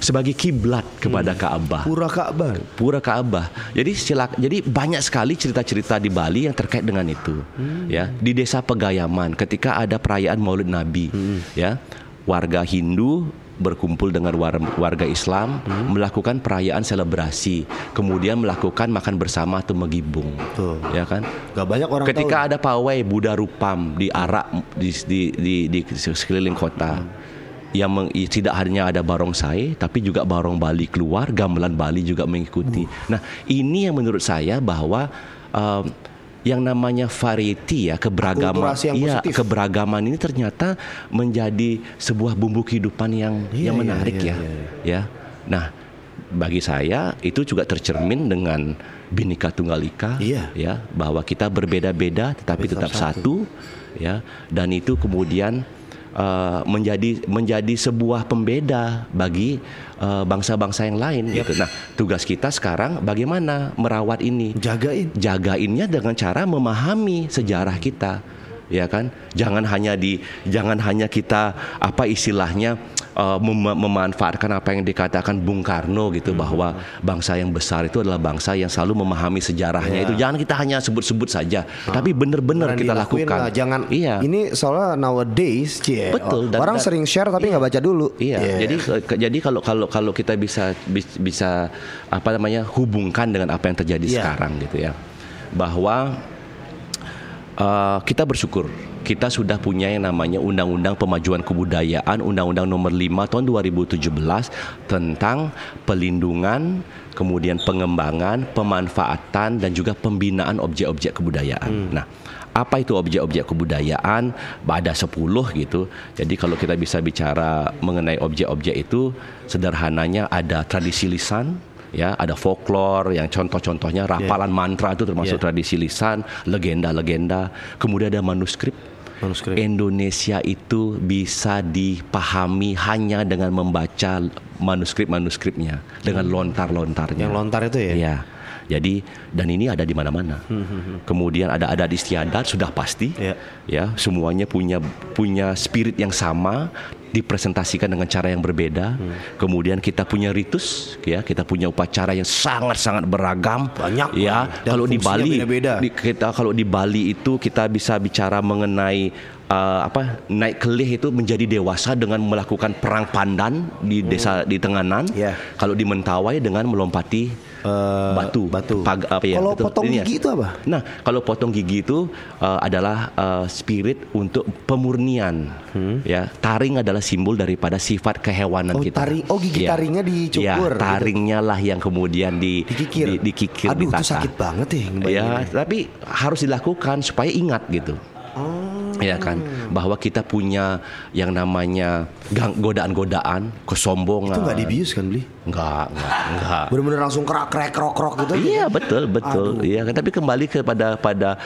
sebagai kiblat kepada Ka'bah. Pura Ka'bah. Jadi banyak sekali cerita-cerita di Bali yang terkait dengan itu. Ya, di Desa Pegayaman ketika ada perayaan Maulid Nabi, ya, warga Hindu berkumpul dengan warga Islam melakukan perayaan selebrasi, kemudian melakukan makan bersama atau megibung. Ya kan? Gak banyak orang ketika tahu. ada pawai Buddha Rupam diarak di sekeliling kota. Yang tidak hanya ada barongsai, tapi juga barong Bali keluar, gamelan Bali juga mengikuti. Nah, ini yang menurut saya bahwa yang namanya variety ya, keberagaman ini ternyata menjadi sebuah bumbu kehidupan yang menarik ya. Nah, bagi saya itu juga tercermin dengan Bhinneka Tunggal Ika, ya, bahwa kita berbeda-beda tetapi tetap satu, ya, dan itu kemudian menjadi sebuah pembeda bagi bangsa-bangsa yang lain gitu. Nah, tugas kita sekarang bagaimana merawat ini? Jagainnya dengan cara memahami sejarah kita, ya kan? Jangan hanya kita apa istilahnya memanfaatkan apa yang dikatakan Bung Karno gitu, bahwa bangsa yang besar itu adalah bangsa yang selalu memahami sejarahnya. Itu jangan kita hanya sebut-sebut saja, tapi benar-benar kita lakukan. Jangan ini soalnya nowadays betul, orang sering share tapi nggak baca dulu. Jadi kalau kita bisa apa namanya hubungkan dengan apa yang terjadi sekarang gitu ya, bahwa kita bersyukur kita sudah punya yang namanya Undang-Undang Pemajuan Kebudayaan, Undang-Undang Nomor 5 Tahun 2017 tentang pelindungan, kemudian pengembangan, pemanfaatan dan juga pembinaan objek-objek kebudayaan. Nah, apa itu objek-objek kebudayaan? Ada 10 gitu. Jadi kalau kita bisa bicara mengenai objek-objek itu, sederhananya ada tradisi lisan, ya, ada folklore yang contoh-contohnya rapalan mantra itu termasuk tradisi lisan, legenda-legenda. Kemudian ada manuskrip. Indonesia itu bisa dipahami hanya dengan membaca manuskripnya dengan lontar-lontarnya. Yang lontar itu ya? Ya. Jadi dan ini ada di mana-mana. Kemudian ada adat istiadat sudah pasti. Ya, semuanya punya spirit yang sama, dipresentasikan dengan cara yang berbeda. Kemudian kita punya ritus, ya, kita punya upacara yang sangat-sangat beragam. Banyak. Ya, kalau di Bali, kalau di Bali itu kita bisa bicara mengenai naik kelih itu menjadi dewasa dengan melakukan perang pandan di desa di Tenganan. Kalau di Mentawai dengan melompati batu. Kalau potong gigi itu apa? Nah, kalau potong gigi itu adalah spirit untuk pemurnian. Ya, taring adalah simbol daripada sifat kehewanan kita. Gigi taringnya dicukur. Ya, taringnya lah yang kemudian dikikir. Aduh, itu sakit banget ya. Tapi harus dilakukan supaya ingat gitu. Ya kan, bahwa kita punya yang namanya godaan-godaan, kesombongan. Itu nggak dibius kan, Bli? Enggak. Benar-benar langsung krok gitu. Iya, betul. Iya, tapi kembali kepada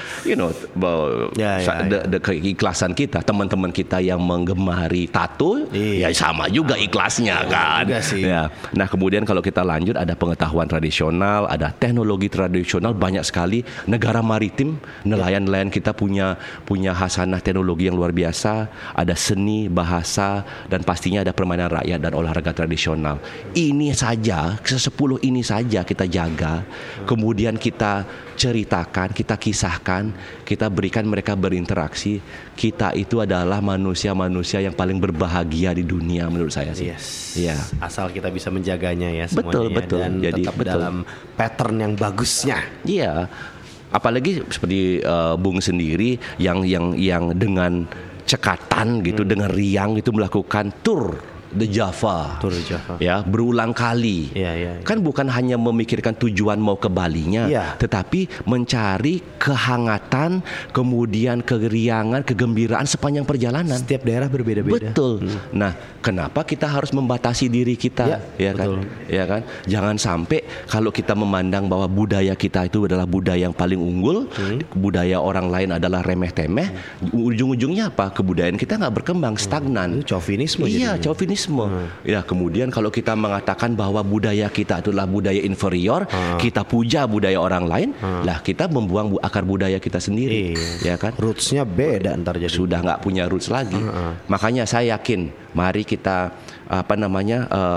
keikhlasan kita. Teman-teman kita yang menggemari tato, ya sama juga ikhlasnya kan. Ya. Nah, kemudian kalau kita lanjut ada pengetahuan tradisional, ada teknologi tradisional, banyak sekali. Negara maritim, nelayan-nelayan kita punya hasanah teknologi yang luar biasa. Ada seni, bahasa, dan pastinya ada permainan rakyat dan olahraga tradisional. Ini saja, 10 ini saja kita jaga, kemudian kita ceritakan, kita kisahkan, kita berikan mereka berinteraksi. Kita itu adalah manusia-manusia yang paling berbahagia di dunia menurut saya sih. Ya. Asal kita bisa menjaganya ya semuanya. Betul. Dan jadi tetap dalam pattern yang bagusnya. Iya. Apalagi seperti Bung sendiri yang dengan cekatan gitu, dengan riang itu melakukan tour Java. Ya, berulang kali. Kan bukan hanya memikirkan tujuan mau ke Balinya, tetapi mencari kehangatan, kemudian keriangan, kegembiraan sepanjang perjalanan. Setiap daerah berbeda-beda. Betul. Nah, kenapa kita harus membatasi diri kita? Ya kan? Jangan sampai kalau kita memandang bahwa budaya kita itu adalah budaya yang paling unggul, budaya orang lain adalah remeh-temeh, ujung-ujungnya apa? Kebudayaan kita nggak berkembang, stagnan. Itu chauvinisme. Iya, chauvinisme. Ya, kemudian kalau kita mengatakan bahwa budaya kita adalah budaya inferior, kita puja budaya orang lain, lah kita membuang akar budaya kita sendiri. Ya kan? Rootsnya beda ntar jadi. Sudah nggak punya roots lagi. Makanya saya yakin, mari kita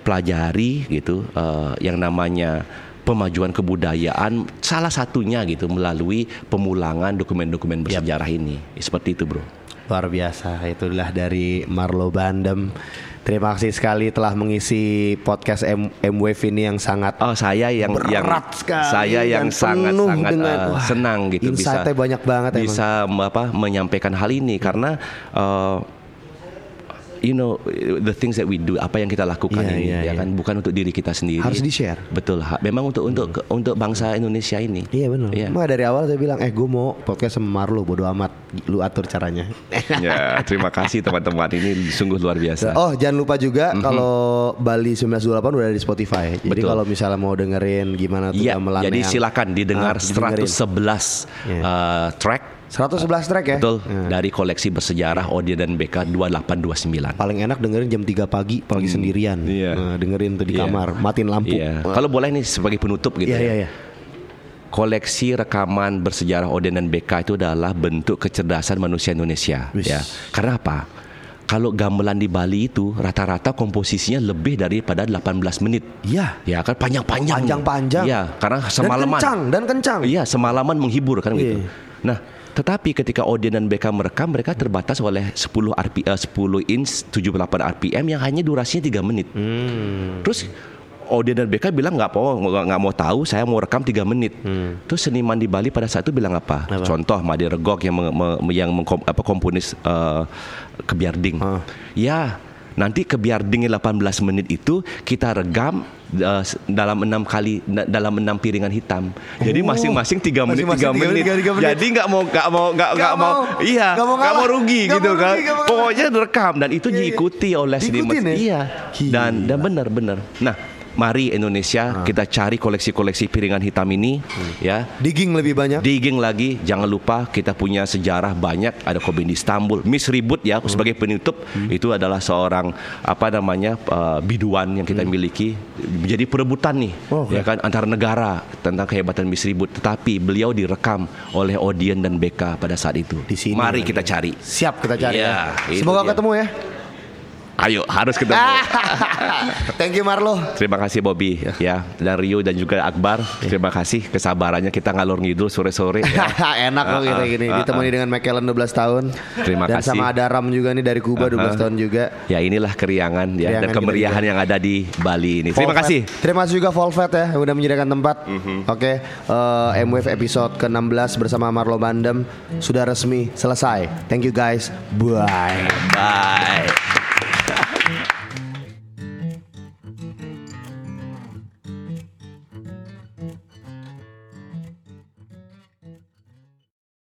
pelajari gitu yang namanya pemajuan kebudayaan, salah satunya gitu melalui pemulangan dokumen-dokumen bersejarah ini. Seperti itu, bro. Luar biasa, itulah dari Marlo Bandem. Terima kasih sekali telah mengisi podcast M-Wave ini yang sangat saya yang berat sekali, saya yang sangat senang gitu insight-nya banyak banget bisa menyampaikan hal ini karena you know the things that we do, apa yang kita lakukan ini kan bukan untuk diri kita sendiri, harus di-share. Betul, memang untuk bangsa Indonesia ini. Iya benar. Maka dari awal saya bilang gue mau podcast sama Marlo, bodo amat, lu atur caranya. Ya, terima kasih teman-teman, ini sungguh luar biasa. Oh, jangan lupa juga kalau Bali 1928 udah ada di Spotify. Jadi kalau misalnya mau dengerin gimana tuh gamelannya. Jadi silakan didengar 111 track. 111 track ya? Betul, dari koleksi bersejarah Odia dan BK 2829. Paling enak dengerin jam 3 pagi, apalagi sendirian. Dengerin tuh di kamar, matiin lampu. Kalau boleh nih sebagai penutup gitu koleksi rekaman bersejarah Odia dan BK itu adalah bentuk kecerdasan manusia Indonesia. Ya. Karena apa? Kalau gamelan di Bali itu rata-rata komposisinya lebih daripada 18 menit. Iya. Ya kan panjang-panjang. Panjang-panjang. Iya, karena semalaman. Dan kencang. Iya, semalaman menghibur kan gitu. Nah, tetapi ketika Odia dan BK merekam, mereka terbatas oleh 10 inch 78 RPM yang hanya durasinya 3 menit. Terus Odia dan BK bilang nggak mau tahu, saya mau rekam 3 menit. Terus seniman di Bali pada saat itu bilang apa? Contoh Made Regok yang komponis Kebiarding. Ya, nanti Kebiarding 18 menit itu kita regam dalam 6 piringan hitam. Jadi masing-masing 3 menit 3 menit. Jadi nggak mau rugi gitu kan. Pokoknya direkam dan itu diikuti oleh seniman. Dan benar. Nah, mari Indonesia kita cari koleksi-koleksi piringan hitam ini ya. Digging lebih banyak. Digging lagi. Jangan lupa kita punya sejarah banyak. Ada Kobe di Istanbul, Miss Ribut ya sebagai penutup itu adalah seorang biduan yang kita miliki. Menjadi perebutan nih ya kan antar negara tentang kehebatan Miss Ribut. Tetapi beliau direkam oleh Odeon dan BK pada saat itu. Di sini, mari kita cari. Siap kita cari ya. Semoga ketemu ya. Ayo, harus ketemu. Thank you Marlo. Terima kasih Bobby ya, dan Rio dan juga Akbar. Terima kasih kesabarannya kita ngalor ngidul sore-sore ya. Enak loh kita gini ditemani dengan Mekellen 12 tahun. Terima dan kasih. Dan sama ada Ram juga nih dari Kuba 12 tahun juga. Ya inilah keriangan dan kemeriahan yang ada di Bali ini. Terima kasih. Terima kasih juga Volvet ya udah menyediakan tempat. Oke, M-Wave episode ke-16 bersama Marlo Bandem sudah resmi selesai. Thank you guys. Bye.